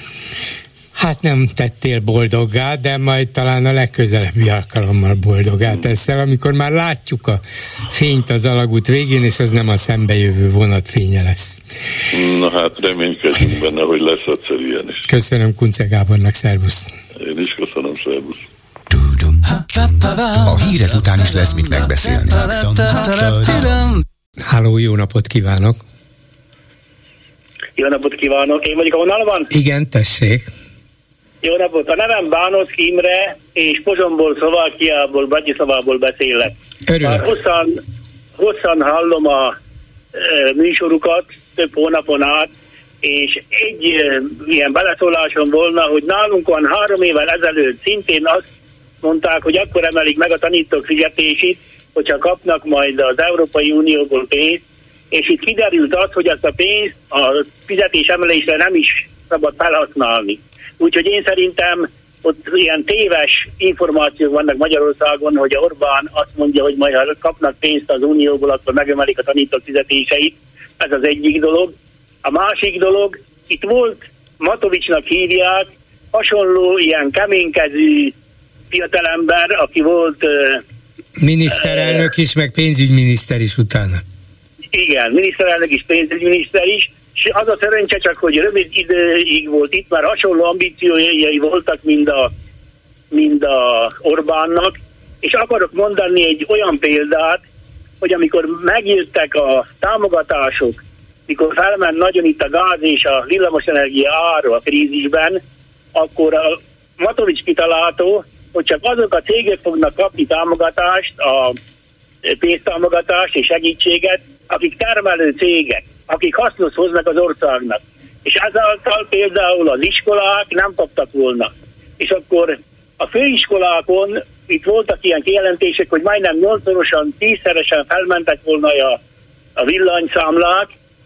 Hát nem tettél boldoggá, de majd talán a legközelebbi alkalommal boldoggá teszel, amikor már látjuk a fényt az alagút végén, és az nem a szembejövő vonat fénye lesz. Na hát reménykedjünk benne, hogy lesz egyszer ilyen is. Köszönöm Kunce Gábornak, szervusz. Én is köszönöm, szervusz. A hírek után is lesz mit megbeszélni. Háló, jó napot kívánok! Jó napot kívánok! Én vagyok, ahonnan van? Igen, tessék! Jó napot! A nevem Bánoszky Imre, és Pozsonyból, Szlovákiából, Bratisłavából beszélek. Örülök! Hosszan, hosszan hallom a e, műsorukat több hónapon át, és egy e, ilyen beleszólásom volna, hogy nálunk van három évvel ezelőtt szintén azt mondták, hogy akkor emelik meg a tanítók fizetését, hogyha kapnak majd az Európai Unióból pénzt, és itt kiderült az, hogy azt a pénzt a fizetés emelésre nem is szabad felhasználni. Úgyhogy én szerintem ott ilyen téves információk vannak Magyarországon, hogy Orbán azt mondja, hogy majd ha kapnak pénzt az Unióból, akkor megemelik a tanítók fizetéseit. Ez az egyik dolog. A másik dolog, itt volt, Matovicsnak hívják, hasonló ilyen keménykezű fiatalember, aki volt... Miniszterelnök is, meg pénzügyminiszter is utána. Igen, miniszterelnök is, pénzügyminiszter is, és az a szerencse csak, hogy rövid időig volt itt, már hasonló ambíciói voltak, mint a, mint a Orbánnak, és akarok mondani egy olyan példát, hogy amikor megjöttek a támogatások, mikor felment nagyon itt a gáz és a villamosenergia ára a krízisben, akkor a Matovics kitalálta, hogy csak azok a cégek fognak kapni támogatást, a pénztámogatást és segítséget, akik termelő cégek, akik hasznot hoznak az országnak. És ezáltal például az iskolák nem kaptak volna. És akkor a főiskolákon itt voltak ilyen kijelentések, hogy majdnem nyolcszorosan, tízszeresen felmentek volna a, a villanyszámlák,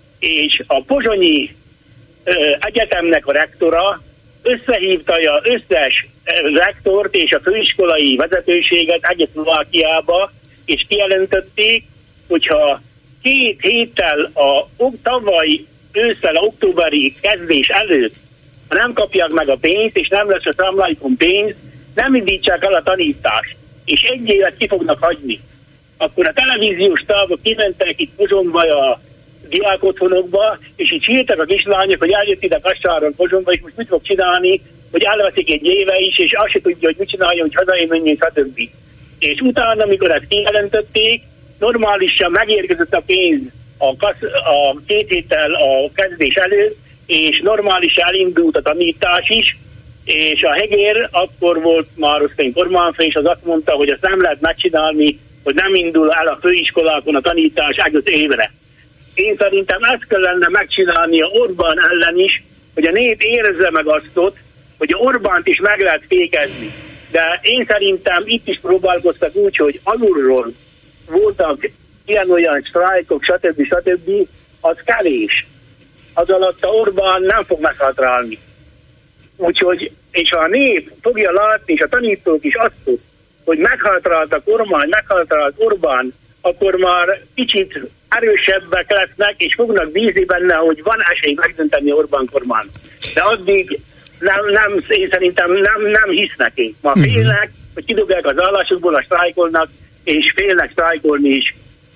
és a pozsonyi ö, egyetemnek a rektora összehívta az összes rektort és a főiskolai vezetőséget egész Szlovákiába, és kijelentették, hogyha két héttel a tavaly ősszel, októberi kezdés előtt, ha nem kapják meg a pénzt, és nem lesz a számláikon pénz, nem indítsák el a tanítást, és egy évet ki fognak hagyni. Akkor a televíziós távok kimentek itt Pozsonyba a diákotthonokba, és így sírtak a kislányok, hogy eljött ide Kassáron Pozsonyba, és most mit fog csinálni, hogy elveszik egy éve is, és azt se tudja, hogy mit csináljon, hogy hazaémenjén, stb. És utána, amikor ezt kijelentették, normálisan megérkezett a pénz a, kasz, a két héttel a kezdés előtt, és normálisan elindult a tanítás is, és a Heger akkor volt már osztály kormányfő, és az azt mondta, hogy azt nem lehet megcsinálni, hogy nem indul el a főiskolákon a tanítás egész évre. Én szerintem ezt kellene megcsinálni a Orbán ellen is, hogy a nép érezze meg azt, hogy a Orbánt is meg lehet fékezni. De én szerintem itt is próbálkoztak úgy, hogy alulról voltak ilyen-olyan sztrájkok, stb. stb. Az kevés. Az alatt a Orbán nem fog meghátrálni. Úgyhogy, és ha a nép fogja látni, és a tanítók is azt, hogy meghátrált a kormány, meghátrált Orbán, akkor már kicsit erősebbek lesznek, és fognak bízni benne, hogy van esély megdönteni Orbán kormány. De addig nem, nem, én szerintem nem, nem hisznek én. Ma félnek, hogy kidobják az állásukból, a sztrájkolnak, és félnek sztrájkolni is.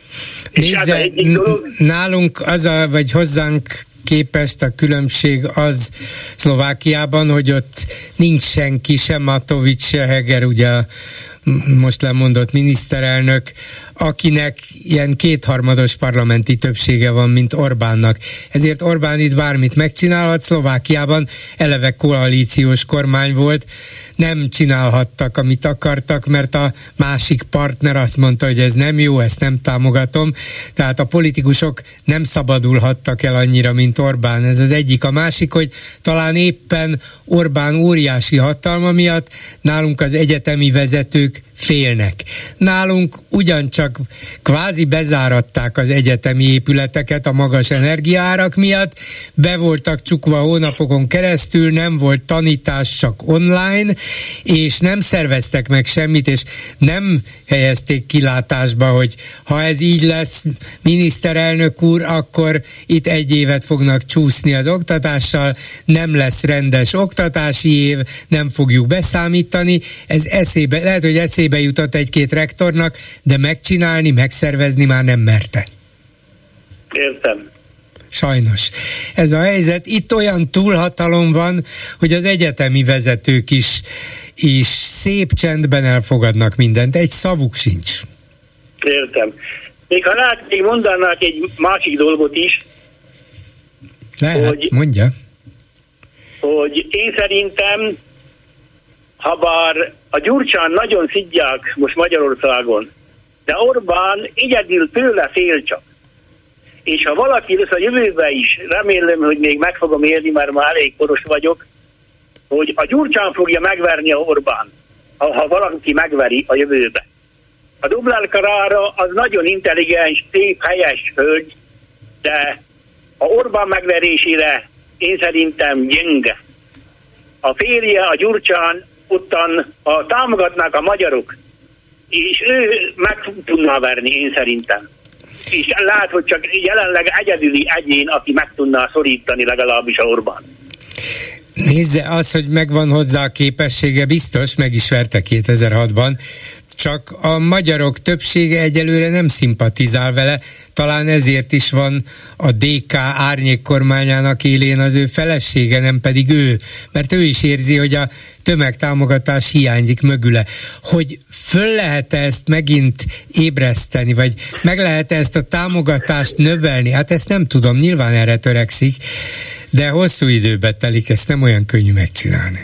Nézze, nálunk az a, vagy hozzánk képest a különbség az Szlovákiában, hogy ott nincs senki, sem Matovics, se Heger, ugye most lemondott miniszterelnök, akinek ilyen kétharmados parlamenti többsége van, mint Orbánnak. Ezért Orbán itt bármit megcsinálhat, Szlovákiában eleve koalíciós kormány volt, nem csinálhattak, amit akartak, mert a másik partner azt mondta, hogy ez nem jó, ezt nem támogatom. Tehát a politikusok nem szabadulhattak el annyira, mint Orbán. Ez az egyik. A másik, hogy talán éppen Orbán óriási hatalma miatt nálunk az egyetemi vezetők félnek. Nálunk ugyancsak kvázi bezáratták az egyetemi épületeket a magas energiaárak miatt, be voltak csukva hónapokon keresztül, nem volt tanítás, csak online, és nem szerveztek meg semmit, és nem helyezték kilátásba, hogy ha ez így lesz, miniszterelnök úr, akkor itt egy évet fognak csúszni az oktatással, nem lesz rendes oktatási év, nem fogjuk beszámítani. Ez eszébe, lehet, hogy eszébe jutott egy-két rektornak, de megcsinálni, megszervezni már nem merte. Értem. Sajnos. Ez a helyzet. Itt olyan túlhatalom van, hogy az egyetemi vezetők is, is szép csendben elfogadnak mindent. Egy szavuk sincs. Értem. Még ha lehet, még mondanák egy másik dolgot is. Lehet, hogy, mondja. Hogy én szerintem, ha bár a Gyurcsán nagyon szidják most Magyarországon, de Orbán egyedül tőle fél csak. És ha valaki lesz a jövőben is, remélem, hogy még meg fogom érni, mert már elég koros vagyok, hogy a Gyurcsán fogja megverni a Orbán, ha, ha valaki megveri a jövőbe. A Dubravka Karára az nagyon intelligens, szép, helyes hölgy, de a Orbán megverésére én szerintem gyenge. A férje, a Gyurcsán, ottan a, támogatnák a magyarok, és ő meg tudná verni, én szerintem. És lehet, hogy csak jelenleg egyedüli egyén, aki meg tudná szorítani legalábbis a Orbán. Nézze, az, hogy megvan hozzá a képessége, biztos, meg is verte kétezer-hatban, csak a magyarok többsége egyelőre nem szimpatizál vele, talán ezért is van a dé ká árnyék kormányának élén az ő felesége, nem pedig ő, mert ő is érzi, hogy a tömegtámogatás hiányzik mögüle. Hogy föl lehet ezt megint ébreszteni, vagy meg lehet ezt a támogatást növelni, hát ezt nem tudom, nyilván erre törekszik, de hosszú időbe telik, ezt nem olyan könnyű megcsinálni.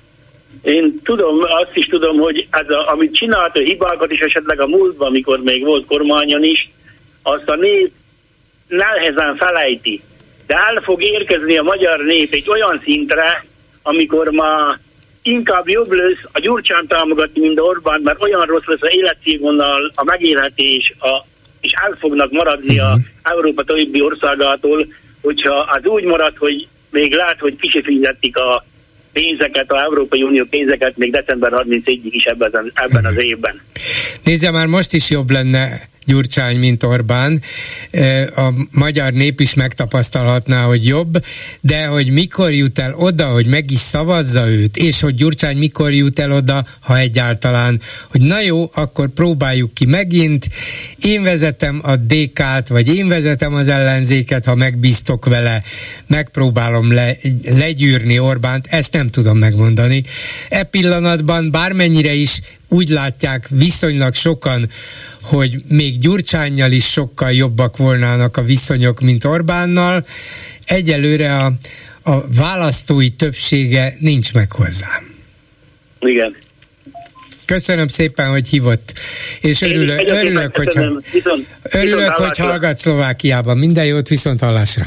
Én tudom, azt is tudom, hogy ez a, amit csinált a hibákat is esetleg a múltban, amikor még volt kormányon is, azt a nép nehezen felejti. De el fog érkezni a magyar nép egy olyan szintre, amikor már inkább jobb lesz a Gyurcsán támogatni, mint a Orbán, mert olyan rossz lesz az életszínvonal, a megélhetés, a, és el fognak maradni uh-huh. a Európa többi országától, hogyha az úgy marad, hogy még lehet, hogy kifizették a pénzeket, az Európai Unió pénzeket még december harmincegyedikéig is ebben, ebben az évben. Nézze, már most is jobb lenne Gyurcsány, mint Orbán. A magyar nép is megtapasztalhatná, hogy jobb, de hogy mikor jut el oda, hogy meg is szavazza őt, és hogy Gyurcsány mikor jut el oda, ha egyáltalán, hogy na jó, akkor próbáljuk ki megint, én vezetem a dé ká-t, vagy én vezetem az ellenzéket, ha megbíztok vele, megpróbálom le, legyűrni Orbánt, ezt nem tudom megmondani. E pillanatban bármennyire is úgy látják viszonylag sokan, hogy még Gyurcsánnyal is sokkal jobbak volnának a viszonyok, mint Orbánnal. Egyelőre a, a választói többsége nincs meg hozzá. Igen. Köszönöm szépen, hogy hívott, és örülök, örülök, hogy, viszont, örülök viszont hogy hallgat Szlovákiában. Minden jót, viszont hallásra.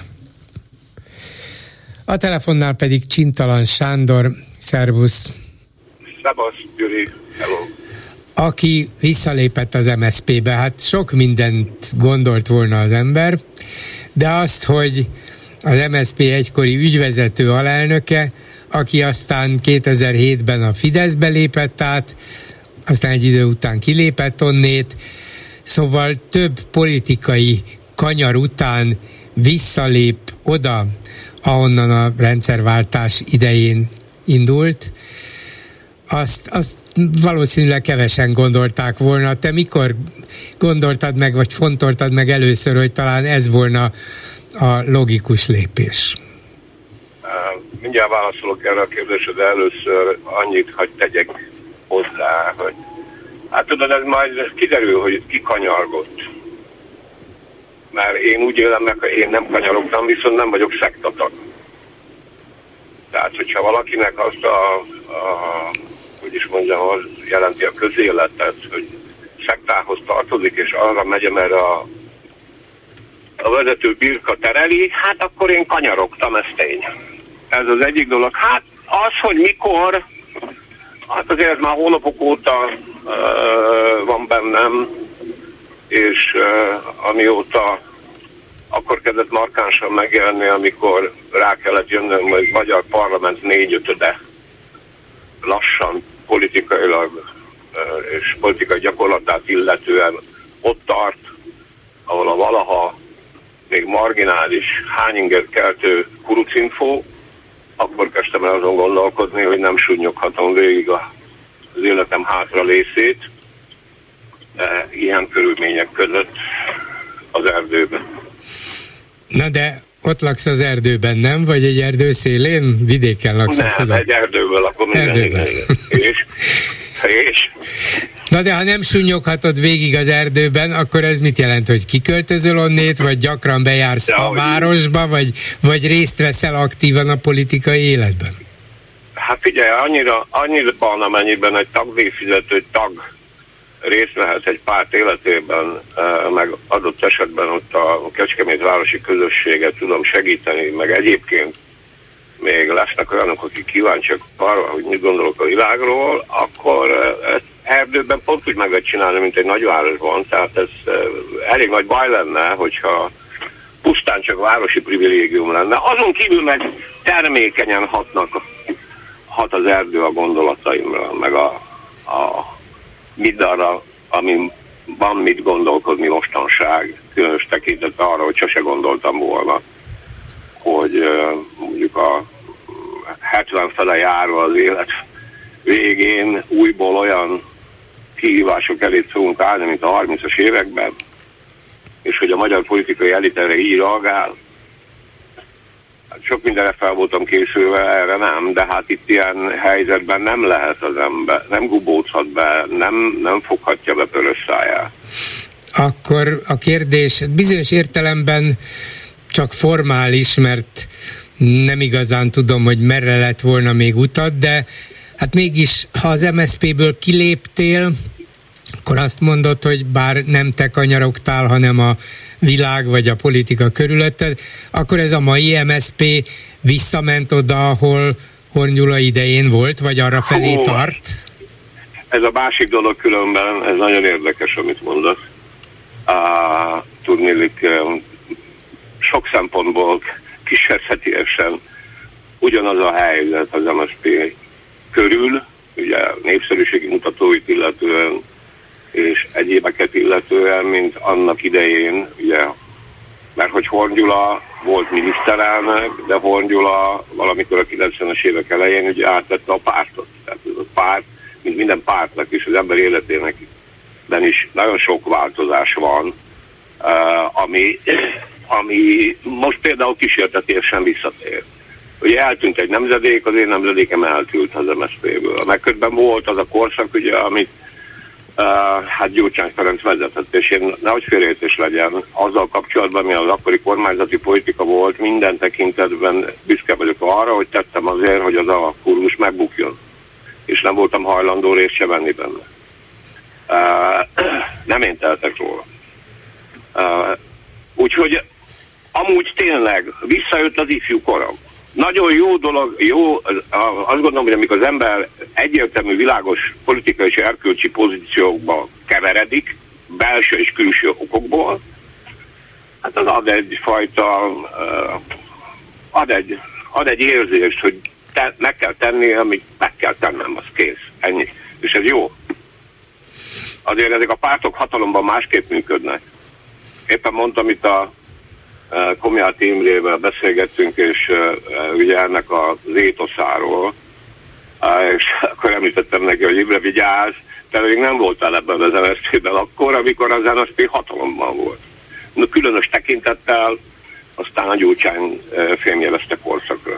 A telefonnál pedig Csintalan Sándor, szervusz. Szevasz, Gyuri, hello. Aki visszalépett az em es zé pé-be, hát sok mindent gondolt volna az ember, de azt, hogy az em es zé pé egykori ügyvezető alelnöke, aki aztán kétezer-hétben a Fideszbe lépett át, aztán egy idő után kilépett onnét, szóval több politikai kanyar után visszalép oda, ahonnan a rendszerváltás idején indult, azt, azt valószínűleg kevesen gondolták volna. Te mikor gondoltad meg, vagy fontoltad meg először, hogy talán ez volna a logikus lépés? Mindjárt válaszolok erre a kérdésre, de először annyit, hogy tegyek hozzá, hogy hát tudod, ez majd kiderül, hogy ki kanyargott. Mert én úgy élem meg, hogy én nem kanyarogtam, viszont nem vagyok szektatag. Tehát, hogyha valakinek azt a, a hogy is mondjam, az jelenti a közéletet, hogy szektához tartozik, és arra megy, mert a, a vezető birka tereli, hát akkor én kanyarogtam, ez tény. Ez az egyik dolog. Hát az, hogy mikor, hát azért már hónapok óta uh, van bennem, és uh, amióta akkor kezdett markánsan megjelenni, amikor rá kellett jönnöm, hogy magyar parlament négyötöde lassan politikailag uh, és politikai gyakorlatát illetően ott tart, ahol a valaha még marginális, hányinget keltő kurucinfó, akkor kezdtem el azon gondolkodni, hogy nem sunnyoghatom végig az életem hátra részét de ilyen körülmények között az erdőben. Na de ott laksz az erdőben, nem? Vagy egy erdő szélén? Vidéken laksz, nem, azt tudom. egy erdőben lakom. Erdőben. És, és Na de ha nem sunnyoghatod végig az erdőben, akkor ez mit jelent, hogy kiköltözöl onnét, vagy gyakran bejársz de, a városba, vagy, vagy részt veszel aktívan a politikai életben? Hát figyelj, annyira, annyira van, amennyiben egy tagdíjfizető tag részt vehet egy párt életében, meg adott esetben ott a Kecskemét városi közösséget tudom segíteni, meg egyébként még lesznek olyanok, akik kíváncsiak arra, hogy mit gondolok a világról, akkor ezt erdőben pont úgy meg lehet csinálni, mint egy nagyvárosban, tehát ez elég nagy baj lenne, hogyha pusztán csak városi privilégium lenne. Azon kívül meg termékenyen hatnak, hat az erdő a gondolataimra, meg a, a mindarra, amin van mit gondolkodni mostanság, különös tekintetben arra, hogy sose gondoltam volna, hogy mondjuk a hetven fele járva az élet végén újból olyan kihívások elé fogunk állni, mint a harmincas években, és hogy a magyar politikai elit erre így reagál. Hát sok mindenre fel voltam készülve, erre nem, de hát itt ilyen helyzetben nem lehet az ember, nem gubózhat be, nem, nem foghatja be pörös száját. Akkor a kérdés bizonyos értelemben csak formális, mert nem igazán tudom, hogy merre lett volna még utat, de hát mégis, ha az em es zé pé-ből kiléptél, akkor azt mondod, hogy bár nem te kanyarogtál, hanem a világ vagy a politika körülötted, akkor ez a mai em es zé pé visszament oda, ahol Horn Gyula idején volt, vagy arra felé Hú, tart? Ez a másik dolog különben, ez nagyon érdekes, amit mondasz. Uh, tudnélik, um, sok szempontból kísérletiesen ugyanaz a helyzet az em es zé pé körül, ugye népszerűségi mutatóit illetően, és egyébeket illetően, mint annak idején, ugye, mert hogy Horn Gyula volt miniszterelnök, de Horn Gyula valamikor a kilencvenes évek elején ugye átvette a pártot. Tehát ez a párt, mint minden pártnak és az ember életének is nagyon sok változás van, ami, ami most például kísértetésen visszatér. Ugye eltűnt egy nemzedék, az én nemzedékem eltűnt az em es zé pé-ből. Meg közben volt az a korszak, ugye, amit Uh, hát Gyurcsány Ferenc vezetett, és én nehogy félreértés legyen, azzal kapcsolatban, mi az akkori kormányzati politika volt, minden tekintetben büszke vagyok arra, hogy tettem azért, hogy az a kurzus megbukjon. És nem voltam hajlandó részt se venni benne. Uh, nem én teltek róla. Uh, úgyhogy amúgy tényleg visszajött az ifjú korom. Nagyon jó dolog, jó, azt gondolom, hogy amikor az ember egyértelmű, világos politikai és erkölcsi pozíciókba keveredik, belső és külső okokból, hát az ad egyfajta, ad egy, ad egy érzést, hogy te, meg kell tenni, amit meg kell tennem, az kész. Ennyi. És ez jó. Azért ezek a pártok hatalomban másképp működnek. Éppen mondtam itt a Komjáti Imrével beszélgettünk, és uh, ugye ennek az étoszáról, uh, és akkor említettem neki, hogy Imre, vigyázz, te még nem voltál ebben az em es zé pében akkor, amikor az em es zé pé hatalomban volt. No, különös tekintettel aztán a Gyurcsány uh, fémjelezte korszakra.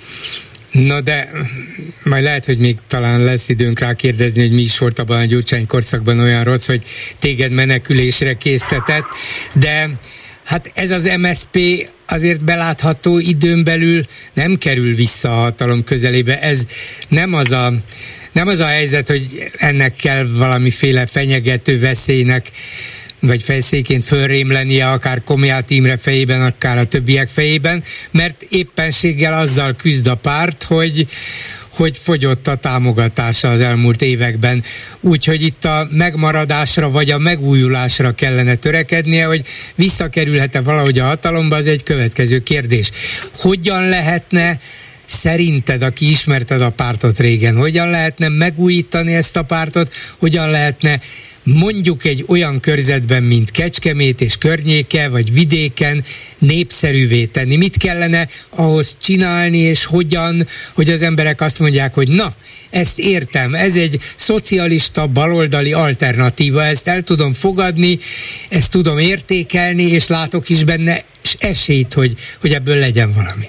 Na de majd lehet, hogy még talán lesz időnk rá kérdezni, hogy mi is volt abban a Gyurcsány korszakban olyan rossz, hogy téged menekülésre késztetett, de hát ez az em es zé pé azért belátható időn belül nem kerül vissza a hatalom közelébe. Ez nem az a, nem az a helyzet, hogy ennek kell valamiféle fenyegető veszélynek, vagy fejszéként fölrémlenie akár Komjáti Imre fejében, akár a többiek fejében, mert éppenséggel azzal küzd a párt, hogy hogy fogyott a támogatása az elmúlt években. Úgyhogy itt a megmaradásra vagy a megújulásra kellene törekednie, hogy visszakerülhet-e valahogy a hatalomba, az egy következő kérdés. Hogyan lehetne szerinted, aki ismerted a pártot régen, hogyan lehetne megújítani ezt a pártot, hogyan lehetne mondjuk egy olyan körzetben, mint Kecskemét és környéke, vagy vidéken népszerűvé tenni? Mit kellene ahhoz csinálni, és hogyan, hogy az emberek azt mondják, hogy na, ezt értem, ez egy szocialista, baloldali alternatíva, ezt el tudom fogadni, ezt tudom értékelni, és látok is benne esélyt, hogy, hogy ebből legyen valami.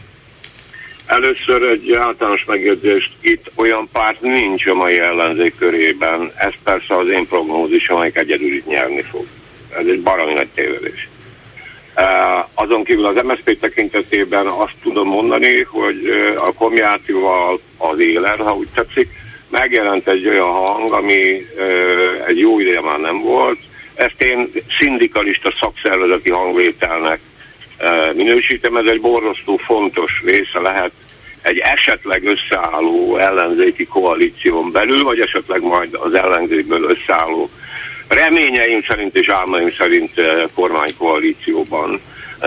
Először egy általános megjegyzést, itt olyan párt nincs a mai ellenzék körében, ez persze az én prognózis, amelyik egyedül itt nyerni fog. Ez egy baromi nagy tévedés. Uh, azon kívül az em es zé pé tekintetében azt tudom mondani, hogy a Komjátival az élen, ha úgy tetszik, megjelent egy olyan hang, ami uh, egy jó ideje már nem volt. Ezt én szindikalista szakszervezeti hangvételnek minősítem, ez egy borzasztó fontos része lehet egy esetleg összeálló ellenzéki koalíción belül, vagy esetleg majd az ellenzékből összeálló reményeim szerint és álmaim szerint kormánykoalícióban.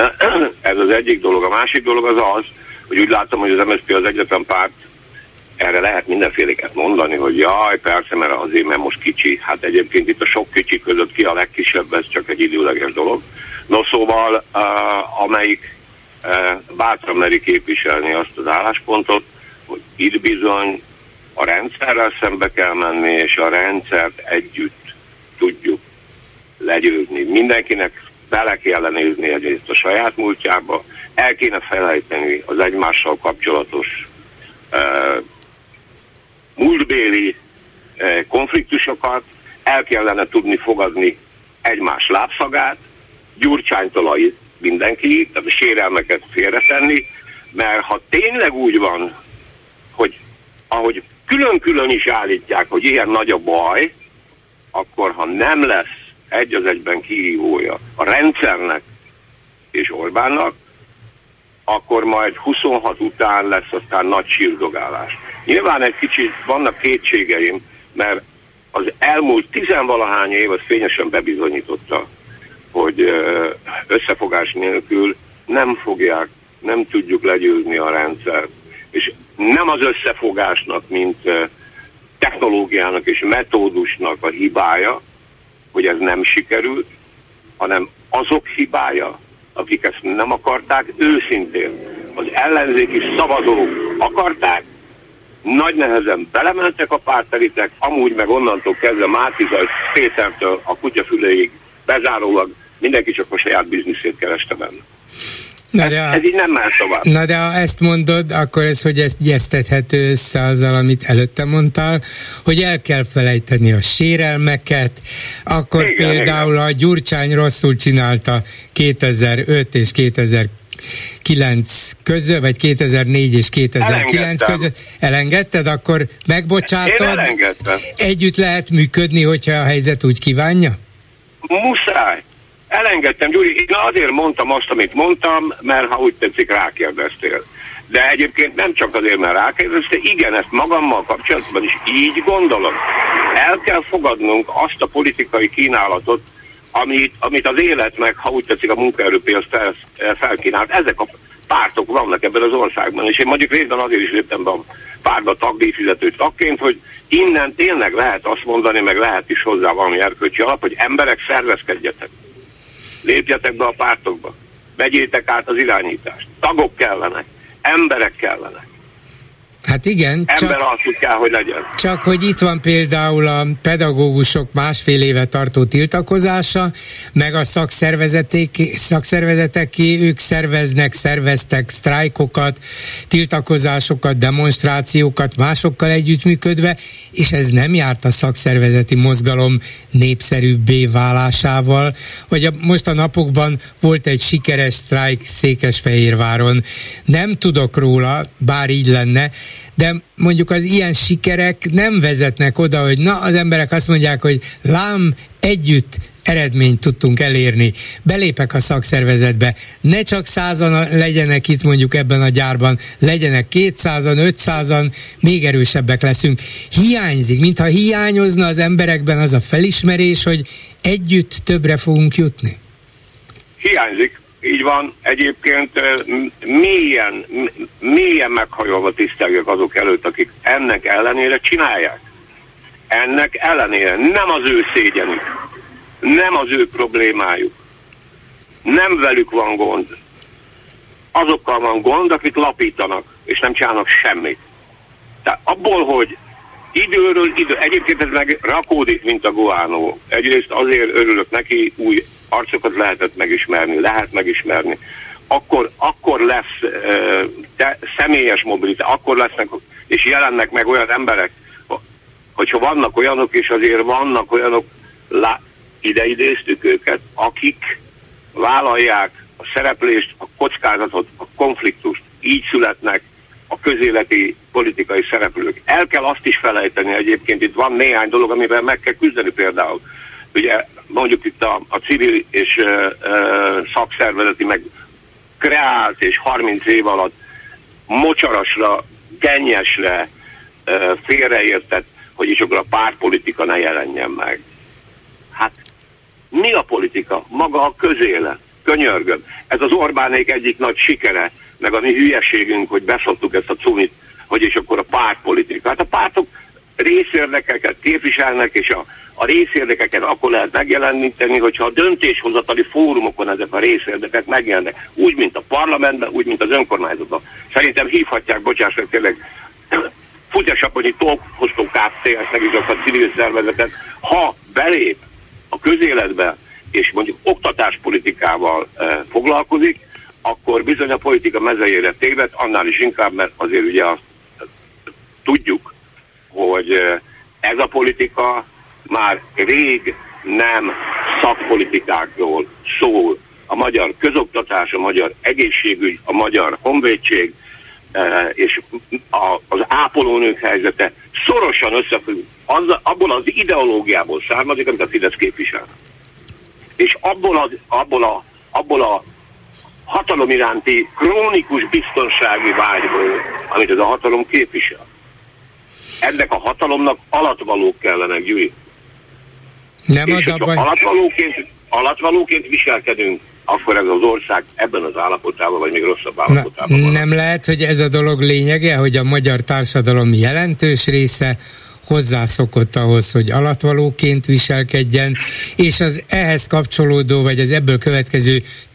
Ez az egyik dolog. A másik dolog az az, hogy úgy látom, hogy az em es zé pé az egyetlen párt, erre lehet mindenféléket mondani, hogy jaj, persze, mert azért, mert most kicsi. Hát egyébként itt a sok kicsi között ki a legkisebb, ez csak egy időleges dolog. No, szóval, uh, amelyik uh, bátran meri képviselni azt az álláspontot, hogy itt bizony a rendszerrel szembe kell menni, és a rendszert együtt tudjuk legyőzni. Mindenkinek bele kell nézni egyrészt a saját múltjába, el kéne felejteni az egymással kapcsolatos uh, múltbéli uh, konfliktusokat, el kellene tudni fogadni egymás lábszagát, Gyurcsánytól a mindenki, tehát a sérelmeket félretenni, mert ha tényleg úgy van, hogy ahogy külön-külön is állítják, hogy ilyen nagy a baj, akkor ha nem lesz egy az egyben kihívója a rendszernek és Orbánnak, akkor majd huszonhat után lesz aztán nagy sírdogálás. Nyilván egy kicsit vannak kétségeim, mert az elmúlt tizenvalahány év az fényesen bebizonyította, hogy összefogás nélkül nem fogják, nem tudjuk legyőzni a rendszert. És nem az összefogásnak, mint technológiának és metódusnak a hibája, hogy ez nem sikerült, hanem azok hibája, akik ezt nem akarták, őszintén az ellenzéki szavazók akarták, nagy nehezen belementek a pártelitek, amúgy meg onnantól kezdve Márki-Zay Pétertől a kutyafüléig bezárólag mindenki csak a saját bizniszét kereste benne. Na ez, de a, ez így nem már tovább. Na de ha ezt mondod, akkor ez, hogy ezt gyeztethető össze azzal, amit előtte mondtál, hogy el kell felejteni a sérelmeket, akkor igen, például igen. A Gyurcsány rosszul csinálta kétezer-öt és kétezer-kilenc között, vagy kétezer-négy és kétezer-kilenc között. Elengedted, akkor megbocsátod? Én elengedtem. Együtt lehet működni, hogyha a helyzet úgy kívánja? Muszáj. Elengedtem, Gyuri, én azért mondtam azt, amit mondtam, mert ha úgy tetszik, rákérdeztél. De egyébként nem csak azért, mert rákérdeztél, igen, ezt magammal kapcsolatban is így gondolom. El kell fogadnunk azt a politikai kínálatot, amit, amit az élet meg, ha úgy tetszik, a munkaerőpiac fel, felkínált. Ezek a pártok vannak ebben az országban, és én mondjuk részben azért is léptem be a pártba tagdíjfizető tagként, hogy innen tényleg lehet azt mondani, meg lehet is hozzá valami erkölcsi alap, hogy emberek, szervezkedjetek. Lépjetek be a pártokba, vegyétek át az irányítást. Tagok kellenek, emberek kellenek. Hát igen. Ember alszuk kell, hogy legyen. Csak hogy itt van például a pedagógusok másfél éve tartó tiltakozása, meg a szakszervezeteké, ők szerveznek, szerveztek sztrájkokat, tiltakozásokat, demonstrációkat másokkal együttműködve, és ez nem járt a szakszervezeti mozgalom népszerűbbé válásával. Vagy a, most a napokban volt egy sikeres sztrájk Székesfehérváron. Nem tudok róla, bár így lenne, de mondjuk az ilyen sikerek nem vezetnek oda, hogy na, az emberek azt mondják, hogy lám, együtt eredményt tudtunk elérni, belépek a szakszervezetbe, ne csak százan legyenek itt mondjuk ebben a gyárban, legyenek kétszázan, ötszázan, még erősebbek leszünk. Hiányzik, mintha hiányozna az emberekben az a felismerés, hogy együtt többre fogunk jutni. Hiányzik. Így van, egyébként mélyen, mélyen meghajolva tiszteljük azok előtt, akik ennek ellenére csinálják. Ennek ellenére nem az ő szégyenük, nem az ő problémájuk, nem velük van gond. Azokkal van gond, akik lapítanak, és nem csinálnak semmit. Tehát abból, hogy időről idő, egyébként ez meg rakódik, mint a guánó. Egyrészt azért örülök neki, új arcokat lehetett megismerni, lehet megismerni. Akkor, akkor lesz uh, te, személyes mobilitás, akkor lesznek, és jelennek meg olyan emberek, hogyha vannak olyanok, és azért vannak olyanok, lá, ide idéztük őket, akik vállalják a szereplést, a kockázatot, a konfliktust, így születnek a közéleti politikai szereplők. El kell azt is felejteni egyébként, itt van néhány dolog, amivel meg kell küzdeni például. Ugye mondjuk itt a, a civil és ö, ö, szakszervezeti, meg kreált és harminc év alatt mocsarasra, gennyesre ö, félreértett, hogy is akkor a pártpolitika ne jelenjen meg. Hát mi a politika? Maga a közélet. Könyörgöm. Ez az Orbánék egyik nagy sikere, meg a mi hülyeségünk, hogy beszoptuk ezt a cumit, hogy és akkor a pártpolitika. Hát a pártok részérdekeket képviselnek, és a, a részérdekeket akkor lehet megjeleníteni, hogyha a döntéshozatali fórumokon ezek a részérdekek megjelennek. Úgy, mint a parlamentben, úgy, mint az önkormányzatban. Szerintem hívhatják, bocsáss meg tényleg, Futyasaponyi Tókhoztó Kft-hez meg is a civil szervezetet, ha belép a közéletbe, és mondjuk oktatáspolitikával e, foglalkozik, akkor bizony a politika mezejére téved, annál is inkább, mert azért ugye azt tudjuk, hogy ez a politika már rég nem szakpolitikákról szól. A magyar közoktatás, a magyar egészségügy, a magyar honvédség és az ápolónők helyzete szorosan összefügg, az, abból az ideológiából származik, amit a Fidesz képvisel. És abból, az, abból, a, abból a hatalom iránti krónikus biztonsági vágyból, amit ez a hatalom képvisel. Ennek a hatalomnak alatvalók kellenek, Gyuri. Nem és az a baj. Alatvalóként, alatvalóként viselkedünk, akkor ez az ország ebben az állapotában, vagy még rosszabb állapotában van. Nem lehet, hogy ez a dolog lényege, hogy a magyar társadalom jelentős része hozzászokott ahhoz, hogy alatvalóként viselkedjen, és az ehhez kapcsolódó, vagy az ebből következő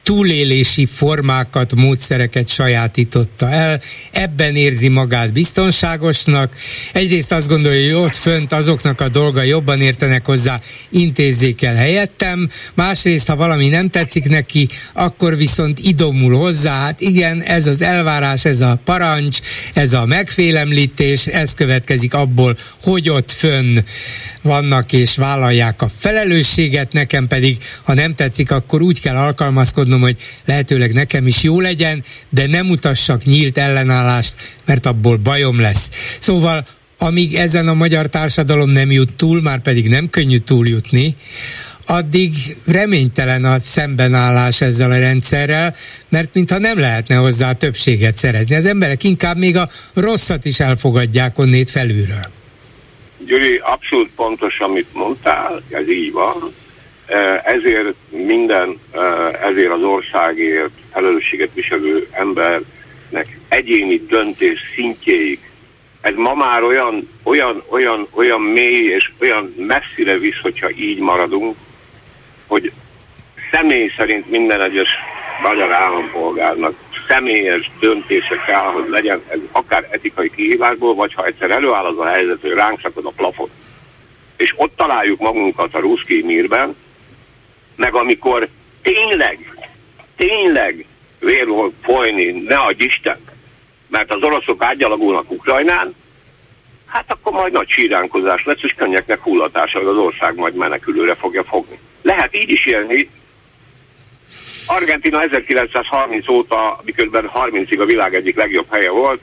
túlélési formákat, módszereket sajátította el, ebben érzi magát biztonságosnak. Egyrészt azt gondolja, hogy ott fönt azoknak a dolga jobban értenek hozzá, intézzék el helyettem, másrészt, ha valami nem tetszik neki, akkor viszont idomul hozzá, hát igen, ez az elvárás, ez a parancs, ez a megfélemlítés, ez következik abból, hogy ott fönn vannak és vállalják a felelősséget, nekem pedig, ha nem tetszik, akkor úgy kell alkalmazkodnom, hogy lehetőleg nekem is jó legyen, de nem mutassak nyílt ellenállást, mert abból bajom lesz. Szóval, amíg ezen a magyar társadalom nem jut túl, már pedig nem könnyű túljutni, addig reménytelen a szembenállás ezzel a rendszerrel, mert mintha nem lehetne hozzá többséget szerezni. Az emberek inkább még a rosszat is elfogadják onnét felülről. Gyuri, abszolút pontos, amit mondtál, ez így van. Ezért minden, ezért az országért felelősséget viselő embernek egyéni döntés szintjéig, ez ma már olyan, olyan, olyan, olyan mély és olyan messzire visz, hogyha így maradunk, hogy személy szerint minden egyes magyar állampolgárnak személyes döntése kell, hogy legyen, ez akár etikai kihívásból, vagy ha egyszer előáll az a helyzet, hogy ránk szakad a plafon. És ott találjuk magunkat a ruszki mírben, meg amikor tényleg, tényleg vér volt folyni, ne adj Isten, mert az oroszok átgyalogulnak Ukrajnán, hát akkor majd nagy síránkozás lesz, és könnyeknek hullatása, hogy az ország majd menekülőre fogja fogni. Lehet így is élni. Argentína ezerkilencszázharminc óta, miközben harmincig a világ egyik legjobb helye volt,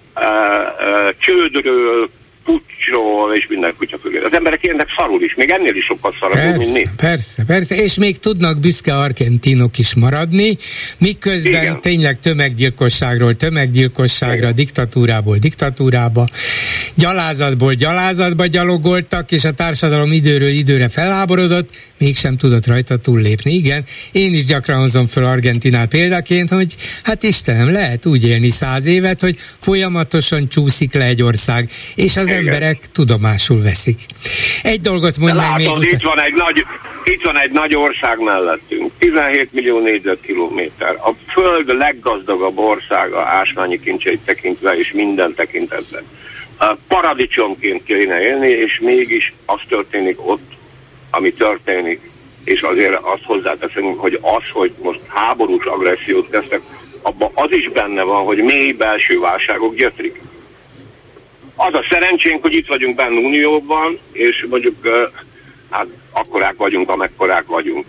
csődről, pucsról és minden kutya fölé. Az emberek ilyenek szarul is, még ennél is sokkal szarul, mint mi. Persze, persze, és még tudnak büszke argentinok is maradni, miközben igen, tényleg tömeggyilkosságról tömeggyilkosságra, igen, diktatúrából diktatúrába, gyalázatból gyalázatba gyalogoltak, és a társadalom időről időre felháborodott, mégsem tudott rajta túllépni. Igen, én is gyakran hozom föl Argentinát példaként, hogy hát Istenem, lehet úgy élni száz évet, hogy folyamatosan csúszik le egy ország, és az igen, emberek tudomásul veszik. Egy dolgot mondj meg még utána. Itt van egy nagy, itt van egy nagy ország mellettünk, tizenhét millió négyzetkilométer, a föld leggazdagabb országa ásványi kincseit tekintve és minden tekintetben. Paradicsomként kéne élni, és mégis az történik ott, ami történik, és azért azt hozzáteszünk, hogy az, hogy most háborús agressziót tesznek, abban az is benne van, hogy mély belső válságok gyötrik. Az a szerencsénk, hogy itt vagyunk benne unióban, és mondjuk hát akkorák vagyunk, amekkorák vagyunk.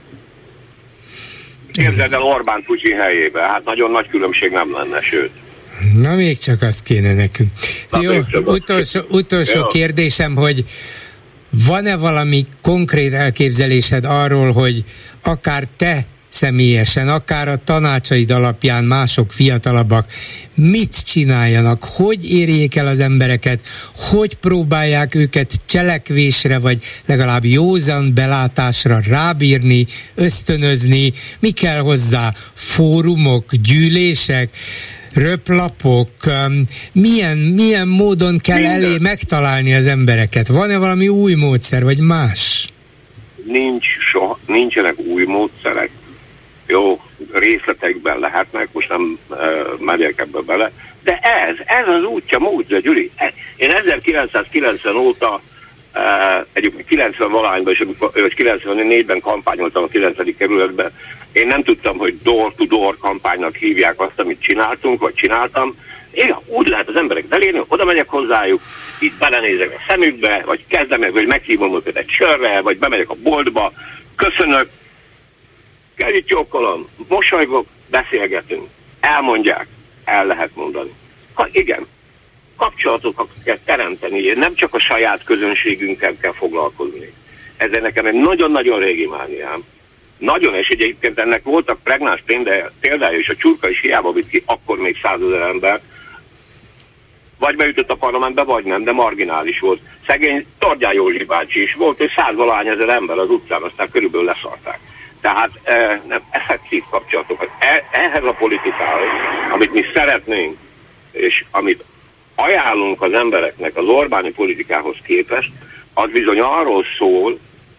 Képzeld el Orbán Putyin helyébe, hát nagyon nagy különbség nem lenne, sőt. Na még csak az kéne nekünk. Na, jó, utolsó, utolsó jó. kérdésem, hogy van-e valami konkrét elképzelésed arról, hogy akár te személyesen, akár a tanácsaid alapján mások fiatalabbak mit csináljanak, hogy érjék el az embereket, hogy próbálják őket cselekvésre, vagy legalább józan belátásra rábírni, ösztönözni, mi kell hozzá? Fórumok, gyűlések, röplapok, milyen, milyen módon kell Minden. elé megtalálni az embereket? Van-e valami új módszer, vagy más? Nincs soha, nincsenek új módszerek. Jó, részletekben lehetnek, most nem uh, megyek ebbe bele, de ez, ez az útja, módja, Gyuri. Én ezerkilencszázkilencven óta, uh, egyébként kilencven-valahányban, és kilencvennégyben kampányoltam a kilencedik kerületben, én nem tudtam, hogy door-to-door kampánynak hívják azt, amit csináltunk, vagy csináltam. Én úgy lehet az emberek belérni, oda megyek hozzájuk, itt belenézek a szemükbe, vagy kezdem meg, vagy meghívom őket egy sörre, vagy bemegyek a boltba, köszönök, kerít jókolom, mosolygok, beszélgetünk, elmondják, el lehet mondani. Ha igen, kapcsolatokat kell teremteni, nem csak a saját közönségünkkel kell foglalkozni. Ez nekem egy nagyon-nagyon régi mániám. Nagyon, és egyébként ennek voltak pregnáns példája, és a Csurka is hiába vitt ki, akkor még százezer ember, vagy beütött a parlamentbe, vagy nem, de marginális volt. Szegény Tordján Józsi bácsi is volt, és százvalány ezer ember az utcán, aztán körülbelül leszarták. Tehát eh, nem, effektív kapcsolatokat. E, ehhez a politikához, amit mi szeretnénk, és amit ajánlunk az embereknek az Orbáni politikához képest, az bizony arról szól,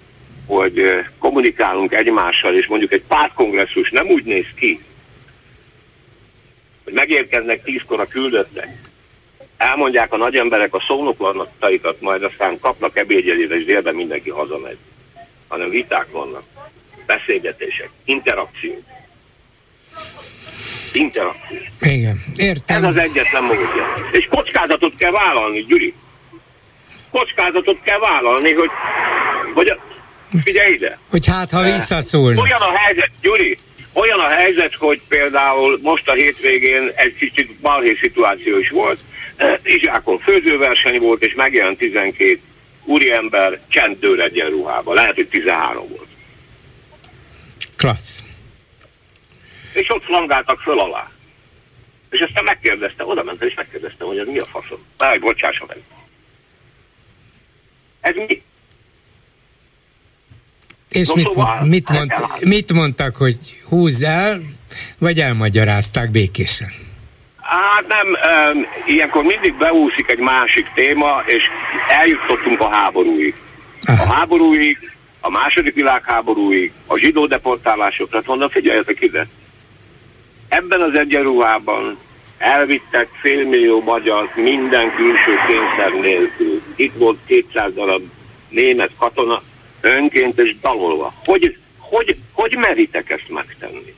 hogy kommunikálunk egymással, és mondjuk egy pártkongresszus nem úgy néz ki, hogy megérkeznek tízkor a küldöttek, elmondják a nagy emberek a szónoklataikat, majd aztán kapnak ebédjelére, és délben mindenki hazamegy. Hanem viták vannak, beszélgetések, interakció. Interakció. Igen, értem. Ez az egyetlen módja. És kockázatot kell vállalni, Gyuri. Kockázatot kell vállalni, hogy, hogy a, figyelj ide. Hogy hát, ha visszaszólnak. Olyan a helyzet, Gyuri, olyan a helyzet, hogy például most a hétvégén egy kicsit balhé szituáció is volt. Izsákon főzőverseny volt, és megjelent tizenkét úriember csendőr egyenruhában. Lehet, hogy tizenhárom volt. Klassz. És ott flangáltak föl alá. És aztán megkérdezte, oda mentem, és megkérdeztem, hogy ez mi a faszom. Már bocsássa meg. Ez mi? És no, mit, szóval, mit, mond, mit mondtak, hogy húzz el, vagy elmagyarázták békésen? Hát nem, um, ilyenkor mindig beúszik egy másik téma, és eljutottunk a háborúig. Aha. A háborúig, a második világháborúig, a zsidó deportálásokra, hát mondom, figyeljetek ide. Ebben az egyenruhában elvittek félmillió magyart minden külső kényszer nélkül. Itt volt kétszáz darab német katona, önként és dalolva. Hogy, hogy, hogy meritek ezt megtenni?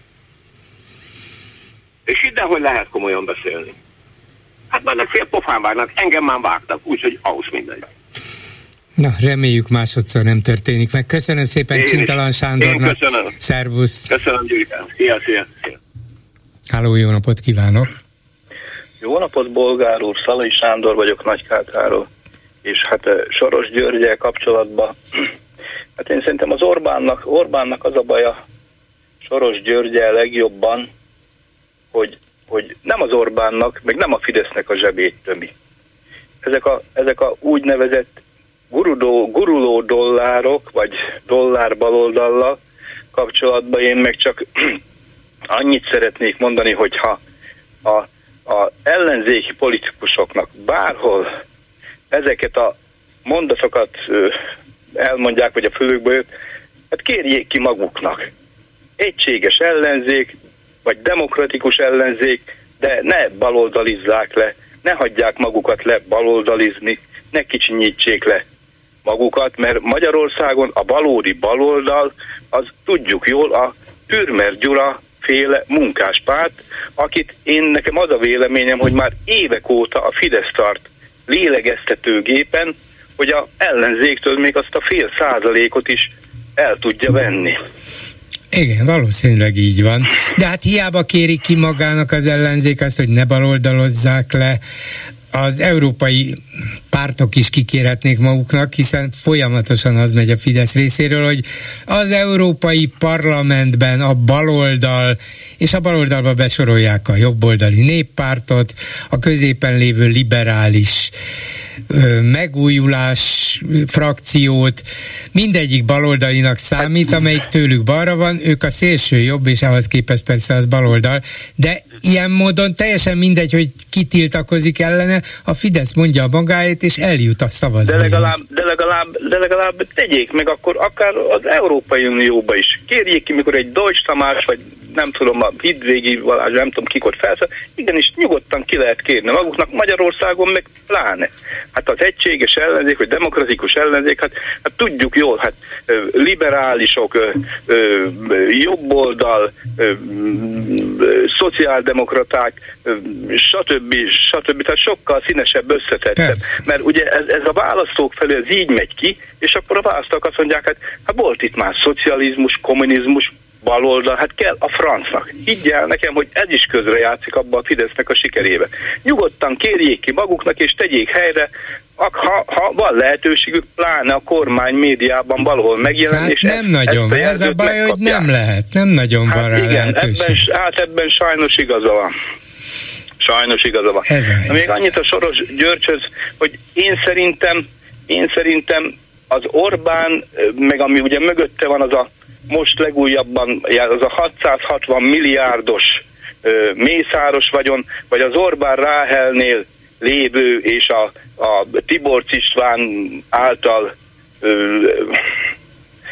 És ide, hogy lehet komolyan beszélni. Hát már fél pofán vágnak, engem már vágtak, úgyhogy ahhoz mindegy. Na, reméljük másodszor nem történik meg. Köszönöm szépen én Csintalan Sándornak. Én köszönöm. Szervusz. Köszönöm, Gyurikán. Szia, szia, szia. Háló, jó napot kívánok. Jó napot, Bolgár úr, Szalai Sándor vagyok Nagykátáról. És hát Soros Györggyel kapcsolatban, hát én szerintem az Orbánnak, Orbánnak az a baja Soros Györggyel legjobban, hogy, hogy nem az Orbánnak, meg nem a Fidesznek a zsebét tömi. Ezek a, ezek a úgynevezett gurudó, guruló dollárok, vagy dollár baloldallal kapcsolatban én meg csak annyit szeretnék mondani, hogyha a, a ellenzéki politikusoknak bárhol ezeket a mondatokat elmondják, vagy a fülükből jött, hát kérjék ki maguknak. Egységes ellenzék, vagy demokratikus ellenzék, de ne baloldalizzák le, ne hagyják magukat le baloldalizni, ne kicsinyítsék le magukat, mert Magyarországon a valódi baloldal, az tudjuk jól a Türmer Gyula féle munkáspárt, akit én nekem az a véleményem, hogy már évek óta a Fidesz tart lélegeztetőgépen, hogy a ellenzéktől még azt a fél százalékot is el tudja venni. Igen, valószínűleg így van. De hát hiába kéri ki magának az ellenzék azt, hogy ne baloldalozzák le. Az európai pártok is kikérhetnék maguknak, hiszen folyamatosan az megy a Fidesz részéről, hogy az európai parlamentben a baloldal, és a baloldalba besorolják a jobboldali néppártot, a középen lévő liberális megújulás frakciót, mindegyik baloldalinak számít, amelyik tőlük balra van, ők a szélső jobb, és ahhoz képest persze az baloldal, de ilyen módon teljesen mindegy, hogy ki tiltakozik ellene, a Fidesz mondja a magáét, és eljut a szavazóhoz. De legalább, de legalább, de legalább tegyék meg akkor akár az Európai Unióba is. Kérjék ki, mikor egy Deutsch Tamás, vagy nem tudom, a Hidvégi Balázs, nem tudom kikor felszáll, igenis nyugodtan ki lehet kérni maguknak, Magyarországon meg pláne. Hát az egységes ellenzék, vagy demokratikus ellenzék, hát, hát tudjuk jól, hát liberálisok, jobboldal, szociáldemokraták, stb. stb. Tehát sokkal színesebb, összetettebb. Mert ugye ez, ez a választók felé ez így megy ki, és akkor a választók azt mondják, hát, hát volt itt már szocializmus, kommunizmus, baloldal, hát kell a francnak. Higgyel nekem, hogy ez is közrejátszik abba a Fidesznek a sikerébe. Nyugodtan kérjék ki maguknak, és tegyék helyre, ha, ha van lehetőségük, pláne a kormány médiában valahol megjelenni. Hát és nem ezt, nagyon, ezt ez a baj, megkapják. Hogy nem lehet, nem nagyon hát van rá igen, lehetőség. Ebben, hát ebben sajnos igaza van. Sajnos igaza van. Ez Na, még annyit a Soros Györgyhöz, hogy én szerintem, én szerintem az Orbán, meg ami ugye mögötte van, az a most legújabban az a hatszázhatvan milliárdos ö, mészáros vagyon, vagy az Orbán Ráhelnél lévő és a, a Tiborcs István által ö,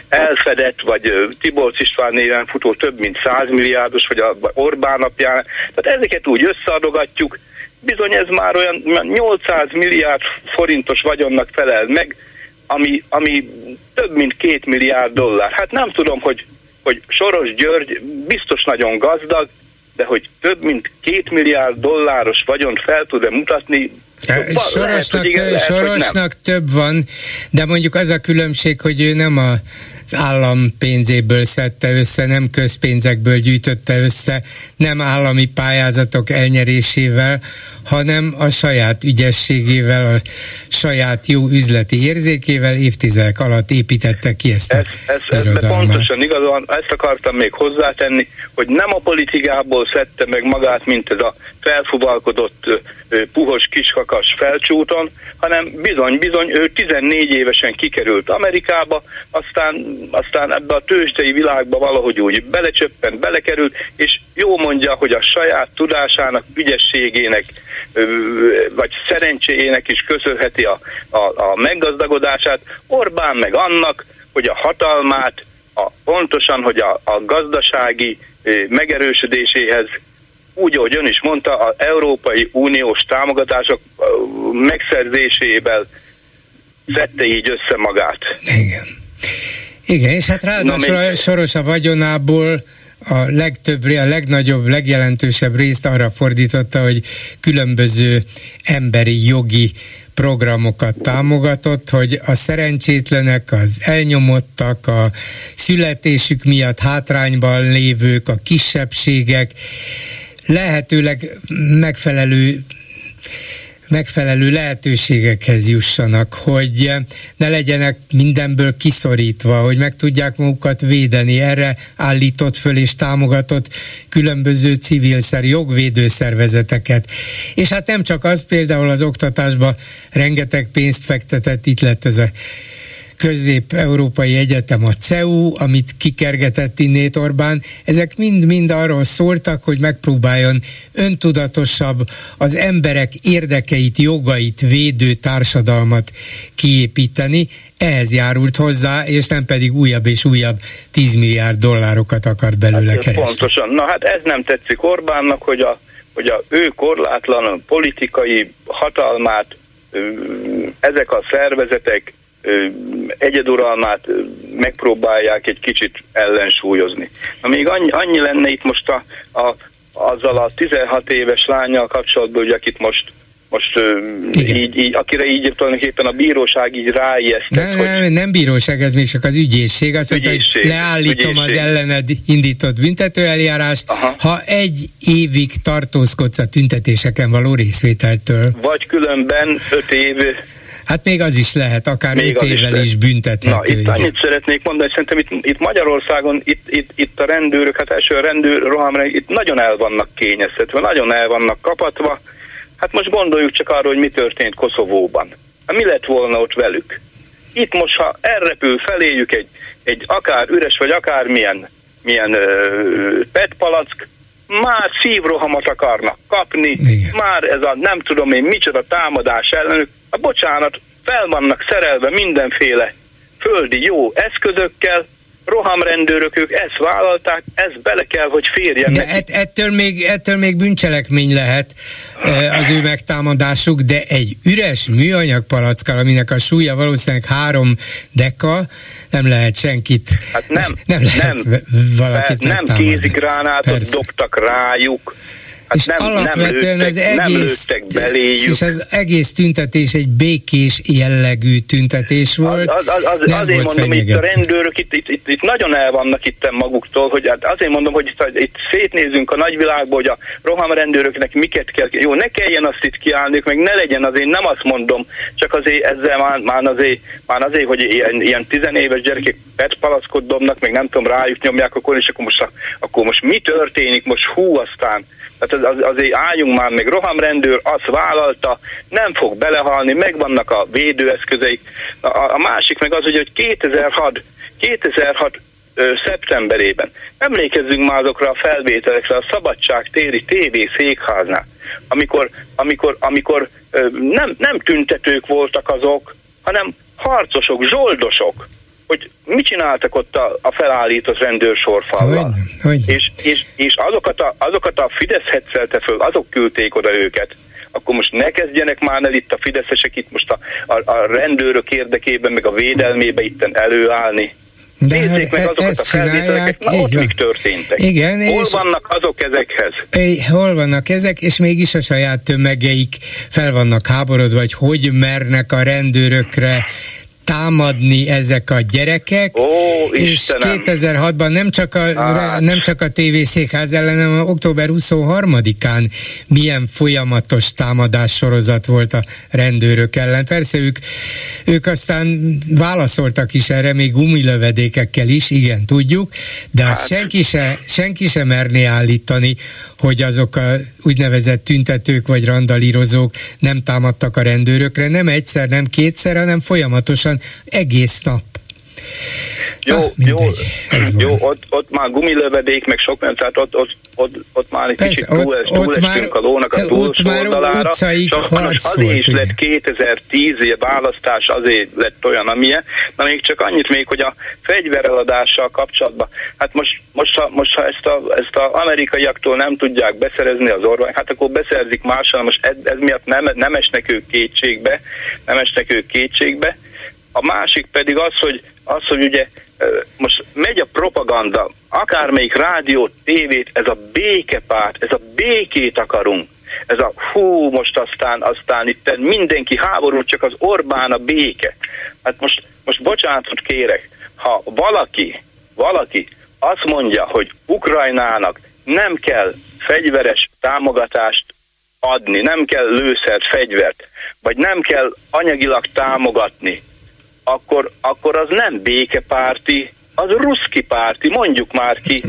elfedett, vagy Tiborcs István néven futó több mint száz milliárdos, vagy a Orbán napján. Tehát ezeket úgy összeadogatjuk, bizony ez már olyan nyolcszáz milliárd forintos vagyonnak felel meg, ami, ami több mint két milliárd dollár. Hát nem tudom, hogy, hogy Soros György biztos nagyon gazdag, de hogy több mint két milliárd dolláros vagyont fel tud-e mutatni, Sorosnak, lehet, igen, lehet, Sorosnak több van, de mondjuk az a különbség, hogy ő nem a az állam pénzéből szedte össze, nem közpénzekből gyűjtötte össze, nem állami pályázatok elnyerésével, hanem a saját ügyességével, a saját jó üzleti érzékével évtizedek alatt építette ki ezt a ez, ez, ez pontosan igazán, ezt akartam még hozzátenni, hogy nem a politikából szedte meg magát, mint ez a felfuvalkodott puhos kiskakas felcsúton, hanem bizony, bizony ő tizennégy évesen kikerült Amerikába, aztán, aztán ebbe a tőzsdei világba valahogy úgy belecsöppent, belekerült, és jó mondja, hogy a saját tudásának, ügyességének, vagy szerencséjének is köszönheti a, a, a meggazdagodását. Orbán meg annak, hogy a hatalmát, a, pontosan, hogy a, a gazdasági megerősödéséhez, úgy, ahogy ön is mondta, az Európai Uniós támogatások megszerzésével szedte így össze magát. Igen. Igen, és hát ráadásul a Soros a vagyonából a legtöbb, a legnagyobb, legjelentősebb részt arra fordította, hogy különböző emberi jogi programokat támogatott, hogy a szerencsétlenek, az elnyomottak, a születésük miatt hátrányban lévők, a kisebbségek lehetőleg megfelelő megfelelő lehetőségekhez jussanak, hogy ne legyenek mindenből kiszorítva, hogy meg tudják magukat védeni. Erre állított föl és támogatott különböző civil jogvédő szervezeteket. És hát nem csak az, például az oktatásba rengeteg pénzt fektetett, itt lett ez a Közép-Európai Egyetem, a cé e u, amit kikergetett innét Orbán, ezek mind-mind arról szóltak, hogy megpróbáljon öntudatosabb, az emberek érdekeit, jogait védő társadalmat kiépíteni. Ehhez járult hozzá, és nem pedig újabb és újabb tíz milliárd dollárokat akart belőle hát keresni. Pontosan. Na hát ez nem tetszik Orbánnak, hogy a, hogy a ő korlátlan politikai hatalmát ezek a szervezetek egyeduralmát megpróbálják egy kicsit ellensúlyozni. Na még annyi, annyi lenne itt most a, a, azzal a tizenhat éves lányjal kapcsolatban, hogy akit most, most így, így, akire így tulajdonképpen a bíróság így ráijesztett. Nem, nem, nem bíróság, ez még csak az ügyészség. Azt mondta, hogy leállítom ügyészség. Az ellened indított büntetőeljárást, aha. Ha egy évig tartózkodsz a tüntetéseken való részvételtől. Vagy különben öt év. Hát még az is lehet, akár még öt évvel is, is büntethető. Na, itt annyit szeretnék mondani, szerintem itt, itt Magyarországon, itt, itt, itt a rendőrök, hát első a rendőr, rohamrend, itt nagyon el vannak kényeztetve, nagyon el vannak kapatva. Hát most gondoljuk csak arra, hogy mi történt Koszovóban. Hát mi lett volna ott velük? Itt most, ha elrepül feléjük egy, egy akár üres, vagy akár milyen, milyen uh, petpalack, már szívrohamot akarnak kapni, igen. Már ez a nem tudom én micsoda támadás ellenük, a bocsánat, fel vannak szerelve mindenféle földi jó eszközökkel, rohamrendőrök, ők ezt vállalták, ez bele kell, hogy férjen de et, ettől, még, ettől még bűncselekmény lehet az ő megtámadásuk, de egy üres műanyag palackkal, aminek a súlya valószínűleg három deka, nem lehet senkit, hát nem, nem lehet nem, valakit nem megtámadni. Nem kézigránátot dobtak rájuk, hát és nem, alapvetően nem lőttek, az egész, nem beléjük. És az egész tüntetés egy békés jellegű tüntetés volt. Az, az, az, nem azért volt mondom, fenyegető. Itt a rendőrök itt, itt, itt, itt nagyon el vannak itt maguktól, hogy hát azért mondom, hogy itt, itt szétnézünk a nagyvilágba, hogy a rohamrendőröknek miket kell, jó, ne kelljen azt itt kiállniuk, meg ne legyen azért, nem azt mondom, csak azért ezzel már, már, azért, már azért, hogy ilyen, ilyen tizenéves gyerekek petpalackot dobnak, meg nem tudom, rájuk nyomják, akkor, és akkor most, akkor most mi történik, most hú, aztán tehát az, az, azért álljunk már meg, rohamrendőr azt vállalta, nem fog belehalni, megvannak a védőeszközeik. A, a másik meg az, hogy kétezer-hat ö, szeptemberében emlékezzünk már azokra a felvételekre a Szabadság téri tévé székháznál, amikor, amikor, amikor ö, nem, nem tüntetők voltak azok, hanem harcosok, zsoldosok, hogy mit csináltak ott a, a felállított rendőrsorfallal. És, és, és azokat, a, azokat a Fidesz hetszelte föl, azok küldték oda őket. Akkor most ne kezdjenek már el itt a fideszesek itt most a, a, a rendőrök érdekében, meg a védelmébe itten előállni. De nézzék meg azokat a felvételeket, na ott mik történtek. Igen, hol vannak azok ezekhez? É, hol vannak ezek, és mégis a saját tömegeik fel vannak háborodva, vagy hogy mernek a rendőrökre támadni ezek a gyerekek, Ó, és Istenem. kétezer-hatban nem csak a, hát. nem csak a té vé Székház ellen, hanem október huszonharmadikán milyen folyamatos támadás sorozat volt a rendőrök ellen. Persze ők, ők aztán válaszoltak is erre, még gumilövedékekkel is, igen, tudjuk, de hát. azt senki se, senki se merné állítani, hogy azok a úgynevezett tüntetők vagy randalírozók nem támadtak a rendőrökre, nem egyszer, nem kétszer, hanem folyamatosan egész nap. Jó, ah, jó, jó ott, ott már gumilövedék, meg sok, mert tehát ott, ott, ott, ott már egy persze, kicsit túl, ott, túlestünk a lónak a túlsó oldalára. Azért is lett kétezer-tíz választás, azért lett olyan, amilyen. Na még csak annyit még, hogy a fegyvereladással kapcsolatban, hát most, most, ha, most, ha ezt, a, ezt a amerikaiaktól nem tudják beszerezni az Orbán, hát akkor beszerzik mással, most ez, ez miatt nem, nem esnek ők kétségbe, nem esnek ők kétségbe. A másik pedig az, hogy, az, hogy ugye most megy a propaganda, akármelyik rádiót, tévét, ez a békepárt, ez a békét akarunk, ez a hú, most aztán, aztán itt mindenki háború, csak az Orbán a béke. Hát most, most bocsánatot kérek, ha valaki, valaki azt mondja, hogy Ukrajnának nem kell fegyveres támogatást adni, nem kell lőszert, fegyvert, vagy nem kell anyagilag támogatni, Akkor, akkor az nem békepárti, az ruszki párti, mondjuk már ki.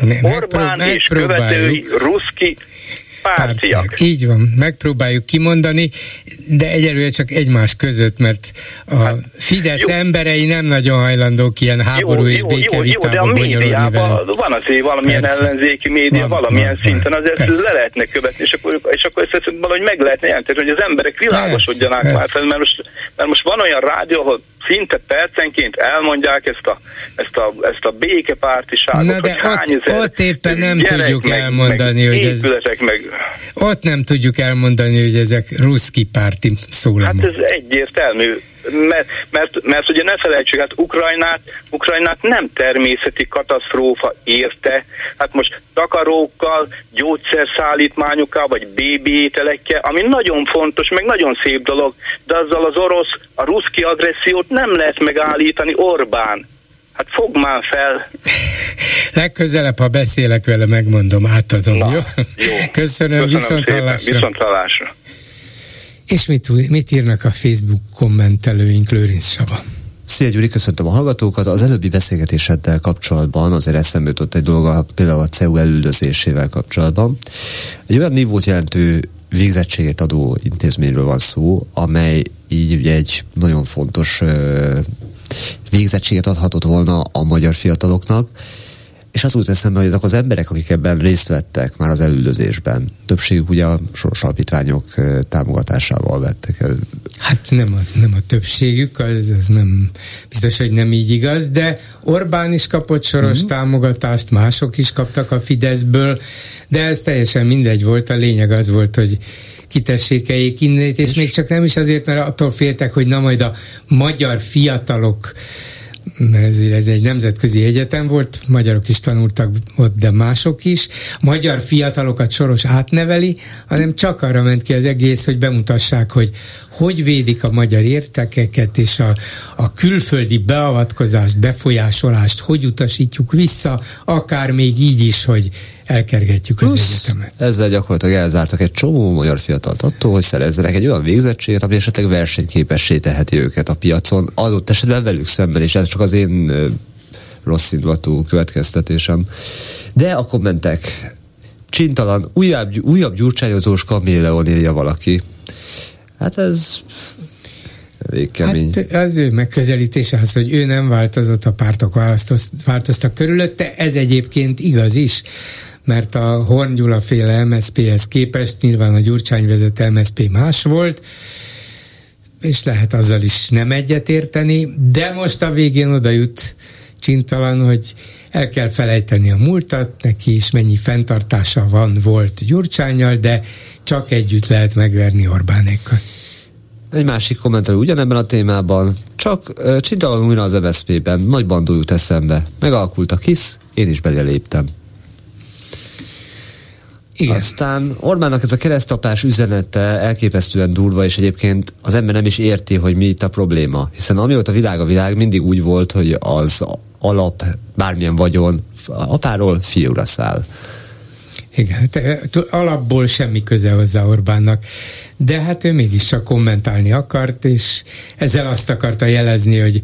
Orbán és követői ruszki pártiak. Pártiak. Így van, megpróbáljuk kimondani, de egyelőre csak egymás között, mert a hát, Fidesz jó. emberei nem nagyon hajlandók ilyen háború jó, és békevitába bonyolódni vele. Van azért valamilyen persze. ellenzéki média, van, valamilyen van, szinten, azért persze. le lehetne követni, és akkor, és akkor ezt valahogy meg lehetne jelenteni, hogy az emberek világosodjanak persze, már, persze. Mert, most, mert most van olyan rádió, ahol szinte percenként elmondják ezt a, ezt a, ezt a békepártiságot, na de hogy ott, hány ott éppen nem tudjuk meg, elmondani, meg hogy ez... meg, ott nem tudjuk elmondani, hogy ezek ruszki párti szólamok. Hát ez egyértelmű, mert, mert, mert ugye ne felejtsük, hát Ukrajnát, Ukrajnát nem természeti katasztrófa érte, hát most takarókkal, gyógyszerszállítmányokkal, vagy bébi ételekkel, ami nagyon fontos, meg nagyon szép dolog, de azzal az orosz, a ruszki agressziót nem lehet megállítani. Orbán. Hát fog már fel. Legközelebb, ha beszélek vele, megmondom, átadom, na, jó? jó? Köszönöm, Köszönöm viszont szépen, hallásra. viszont hallásra. És mit, mit írnak a Facebook kommentelőink, Lőrinc Saba? Szia Gyuri, köszöntöm a hallgatókat. Az előbbi beszélgetéseddel kapcsolatban azért eszembe jutott egy dolog, például a cé e u elüldözésével kapcsolatban. Egy olyan nívót jelentő végzettséget adó intézményről van szó, amely így ugye egy nagyon fontos ö, végzettséget adhatott volna a magyar fiataloknak, és az úgy eszembe, hogy azok az emberek, akik ebben részt vettek már az elüldözésben, többségük ugye a Soros Alapítványok támogatásával vettek el. Hát nem a, nem a többségük, az, az nem, biztos, hogy nem így igaz, de Orbán is kapott Soros mm. támogatást, mások is kaptak a Fideszből, de ez teljesen mindegy volt, a lényeg az volt, hogy kitessékeljék innét, és, és még csak nem is azért, mert attól féltek, hogy na majd a magyar fiatalok, mert ez, ez egy nemzetközi egyetem volt, magyarok is tanultak ott, de mások is, magyar fiatalokat Soros átneveli, hanem csak arra ment ki az egész, hogy bemutassák, hogy hogy védik a magyar értékeket, és a, a külföldi beavatkozást, befolyásolást hogy utasítjuk vissza, akár még így is, hogy elkergetjük az plusz egyetemet. Ezzel gyakorlatilag elzártak egy csomó magyar fiatalt attól, hogy szerezzenek egy olyan végzettséget, ami esetleg versenyképessé teheti őket a piacon, adott esetben velük szemben, és ez csak az én ö, rossz indulatú következtetésem. De a kommentek csintalan, újabb, újabb gyurcsányozós kaméleon írja valaki. Hát ez elég kemény. Hát az ő megközelítése az, hogy ő nem változott, a pártok változtak körülötte, ez egyébként igaz is, mert a Horn Gyula féle em es zé péhez képest nyilván a Gyurcsány vezet em es zé pé más volt. és lehet azzal is nem egyetérteni, de most a végén oda jut Csintalan, hogy el kell felejteni a múltat, neki is mennyi fenntartása van, volt Gyurcsánnyal, de csak együtt lehet megverni Orbánékkal. Egy másik kommentelő ugyanebben a témában, csak uh, Csintalan újra az em es zé pé-ben, nagy bandó jut eszembe. Megalakult a KISZ, én is beleléptem. Igen. Aztán Orbánnak ez a keresztapás üzenete elképesztően durva, és egyébként az ember nem is érti, hogy mi itt a probléma. Hiszen amióta világ a világ, mindig úgy volt, hogy az alap, bármilyen vagyon apáról fiúra száll. Igen, alapból semmi köze hozzá Orbánnak, de hát ő mégiscsak kommentálni akart, és ezzel azt akarta jelezni, hogy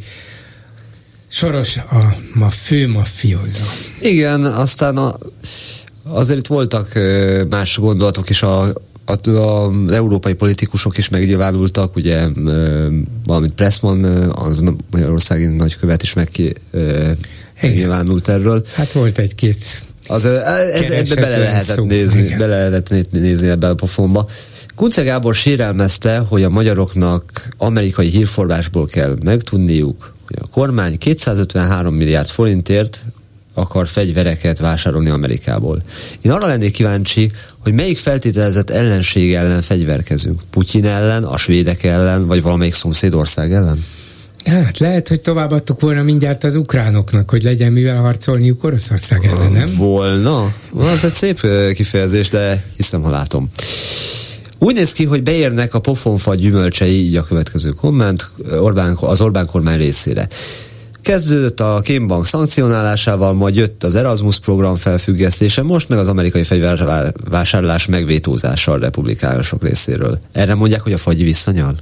Soros a ma fő mafiózó. Igen, aztán a azért itt voltak más gondolatok is, a, a, a, az európai politikusok is megnyilvánultak, ugye valamint Pressman, az magyarországi nagykövet is megnyilvánult erről. Hát volt egy-két azért ebbe bele lehetett szó. nézni, igen. bele lehetett nézni ebbe a pofonba. Kunce Gábor sérelmezte, hogy a magyaroknak amerikai hírforrásból kell megtudniuk, hogy a kormány kétszázötvenhárom milliárd forintért akar fegyvereket vásárolni Amerikából. Én arra lennék kíváncsi, hogy melyik feltételezett ellenség ellen fegyverkezünk. Putyin ellen, a svédek ellen, vagy valamelyik szomszédország ellen? Hát lehet, hogy továbbadtuk volna mindjárt az ukránoknak, hogy legyen mivel harcolniuk Oroszország ellen, nem? Volna? Az egy szép kifejezés, de hiszem, ha látom. Úgy néz ki, hogy beérnek a pofonfa gyümölcsei, így a következő komment, Orbán, az Orbán kormány részére. Kezdődött a kémbank szankcionálásával, majd jött az Erasmus program felfüggesztése, most meg az amerikai fegyvervásárlás megvétózása a republikánusok részéről. Erre mondják, hogy a fagyi visszanyal?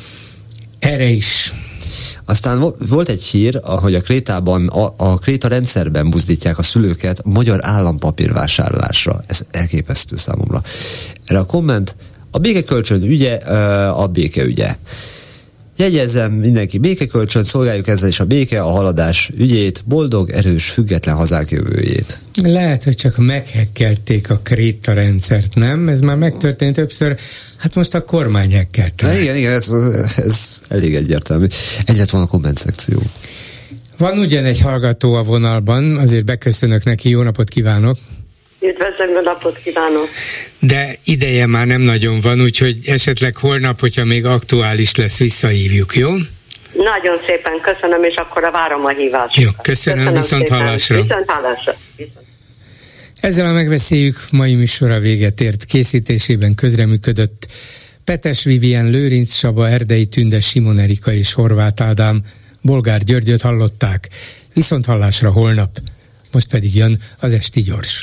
Erre is. Aztán volt egy hír, hogy a Krétában, a, a Kréta rendszerben buzdítják a szülőket a magyar állampapírvásárlásra. Ez elképesztő számomra. Erre a komment, a békekölcsön ügye, a béke ügye. Jegyezzem, mindenki békekölcsön, szolgáljuk ezzel is a béke, a haladás ügyét, boldog, erős, független hazák jövőjét. Lehet, hogy csak meghekkelték a Kréta rendszert, nem? Ez már megtörtént többször, hát most a kormány hekkelte. Igen, igen, ez, ez elég egyértelmű. Egyet van a komment szekció. Van ugyan egy hallgató a vonalban, azért beköszönök neki, jó napot kívánok! Üdvözlöm, jó napot kívánok! De ideje már nem nagyon van, úgyhogy esetleg holnap, hogyha még aktuális lesz, visszahívjuk, jó? Nagyon szépen köszönöm, és akkor a várom a hívást. Jó, köszönöm, köszönöm viszont szépen. hallásra. Viszont hallásra. Viszont. Ezzel a megbeszéljük, mai műsora véget ért, készítésében közreműködött Petes Vivien, Lőrinc Saba, Erdei Tünde, Simon Erika és Horváth Ádám. Bolgár Györgyöt hallották, viszont hallásra holnap. Most pedig jön az Esti Gyors.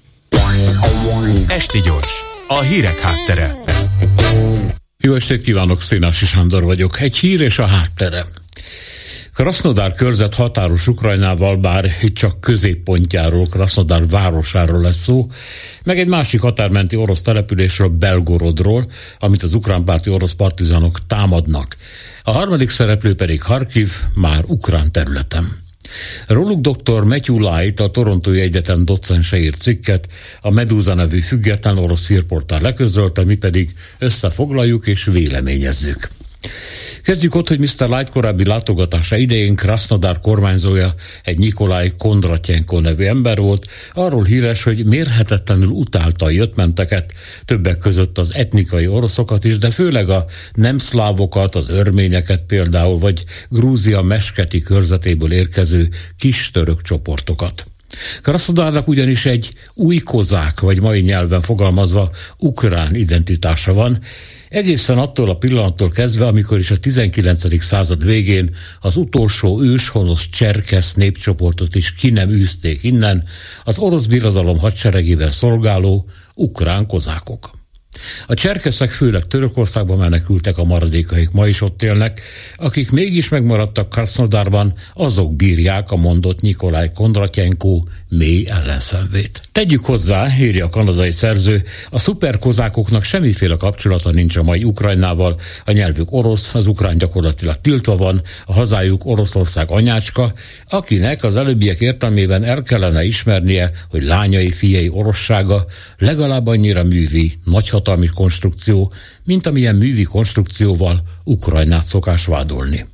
Esti Gyors, a hírek háttere. Jó estét kívánok, Szénási Sándor vagyok. Egy hír és a háttere. Krasznodar körzet határos Ukrajnával, bár itt csak középpontjáról, Krasznodar városáról lesz szó, meg egy másik határmenti orosz településről, Belgorodról, amit az ukránpárti orosz partizánok támadnak. A harmadik szereplő pedig Harkiv, már ukrán területen. Róluk dr. Matthew Light, a Torontói Egyetem docense írt cikket, a Medusa nevű független orosz hírportál leközölte, mi pedig összefoglaljuk és véleményezzük. Kezdjük ott, hogy miszter Light korábbi látogatása idején Krasznodar kormányzója egy Nikolaj Kondratyenko nevű ember volt, arról híres, hogy mérhetetlenül utálta a jöttmenteket, többek között az etnikai oroszokat is, de főleg a nem szlávokat, az örményeket például, vagy Grúzia mesketi körzetéből érkező kis török csoportokat. Krasznodárnak ugyanis egy új kozák, vagy mai nyelven fogalmazva ukrán identitása van, egészen attól a pillanattól kezdve, amikor is a tizenkilencedik század végén az utolsó őshonos cserkesz népcsoportot is ki nem űzték innen, az orosz birodalom hadseregében szolgáló ukrán kozákok. A cserkeszek főleg Törökországba menekültek, a maradékaik ma is ott élnek, akik mégis megmaradtak Krasznodárban, azok bírják a mondott Nikolaj Kondratyenko mély ellenszenvét. Tegyük hozzá, írja a kanadai szerző, a szuperkozákoknak semmiféle kapcsolata nincs a mai Ukrajnával, a nyelvük orosz, az ukrán gyakorlatilag tiltva van, a hazájuk Oroszország anyácska, akinek az előbbiek értelmében el kellene ismernie, hogy lányai, fiai orossága legalább annyira művi, nagyhatalmú hatalmi konstrukció, mint amilyen művi konstrukcióval Ukrajnát szokás vádolni.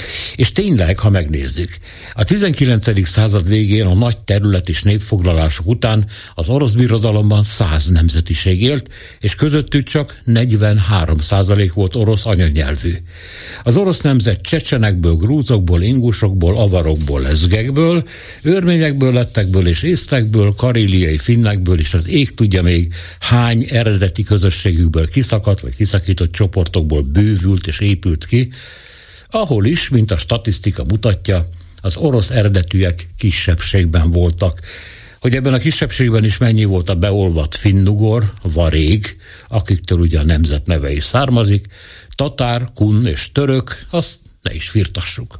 És tényleg, ha megnézzük, a tizenkilencedik század végén a nagy terület és népfoglalások után az orosz birodalomban száz nemzetiség élt, és közöttük csak negyvenhárom százalék volt orosz anyanyelvű. Az orosz nemzet csecsenekből, grúzokból, ingusokból, avarokból, lezgekből, örményekből, lettekből és észtekből, karéliai finnekből és az ég tudja még hány eredeti közösségükből kiszakadt vagy kiszakított csoportokból bővült és épült ki, ahol is, mint a statisztika mutatja, az orosz eredetűek kisebbségben voltak. Hogy ebben a kisebbségben is mennyi volt a beolvadt finnugor, varég, akiktől ugye a nemzet neve is származik, tatár, kun és török, azt ne is firtassuk.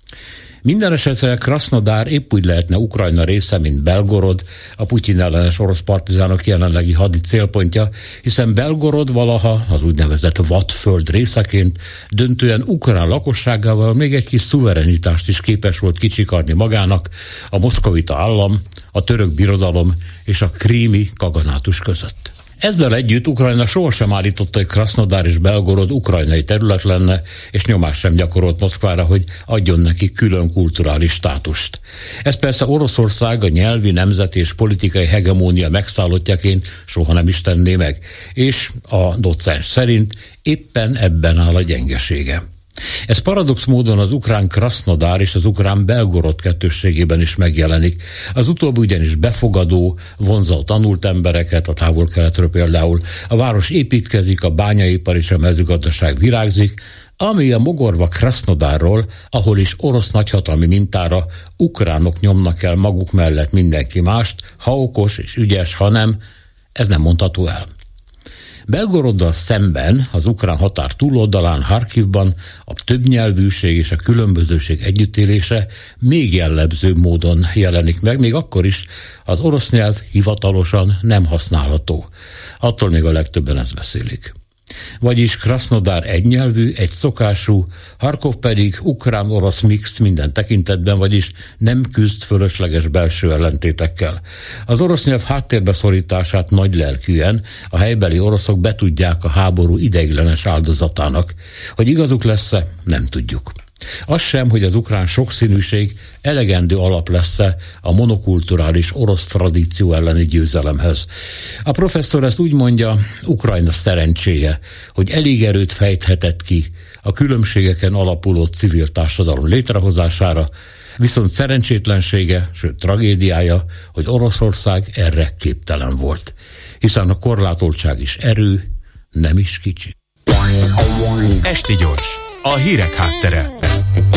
Minden esetre Krasznodár épp úgy lehetne Ukrajna része, mint Belgorod, a Putyin ellenes orosz partizánok jelenlegi hadi célpontja, hiszen Belgorod valaha az úgynevezett vadföld részeként döntően ukrán lakosságával még egy kis szuverenitást is képes volt kicsikarni magának a moszkovita állam, a török birodalom és a krími kaganátus között. Ezzel együtt Ukrajna sohasem állította, hogy Krasznodár és Belgorod ukrajnai terület lenne, és nyomást sem gyakorolt Moszkvára, hogy adjon neki külön kulturális státust. Ez persze Oroszország a nyelvi, nemzeti és politikai hegemónia megszállottjaként soha nem is tenné meg, és a docens szerint éppen ebben áll a gyengesége. Ez paradox módon az ukrán Krasznodár és az ukrán Belgorod kettősségében is megjelenik. Az utóbbi ugyanis befogadó, vonzza a tanult embereket, a Távol-Keletről például. A város építkezik, a bányaipar és a mezőgazdaság virágzik, ami a mogorva Krasznodárról, ahol is orosz nagyhatalmi mintára ukránok nyomnak el maguk mellett mindenki mást, ha okos és ügyes, ha nem, ez nem mondható el. Belgoroddal szemben az ukrán határ túloldalán, Harkivban a többnyelvűség és a különbözőség együttélése még jellemző módon jelenik meg, még akkor is az orosz nyelv hivatalosan nem használható. Attól még a legtöbben ezt beszélik. Vagyis Krasznodár egynyelvű, egyszokású, Harkov pedig ukrán-orosz mix minden tekintetben, vagyis nem küzd fölösleges belső ellentétekkel. Az orosz nyelv háttérbe szorítását nagy lelkűen a helybeli oroszok betudják a háború ideiglenes áldozatának. Hogy igazuk lesz-e, nem tudjuk. Az sem, hogy az ukrán sokszínűség elegendő alap lesz-e a monokulturális orosz tradíció elleni győzelemhez. A professzor ezt úgy mondja, Ukrajna szerencséje, hogy elég erőt fejthetett ki a különbségeken alapuló civil társadalom létrehozására, viszont szerencsétlensége, sőt tragédiája, hogy Oroszország erre képtelen volt. Hiszen a korlátoltság is erő, nem is kicsi. Esti gyors, a hírek háttere.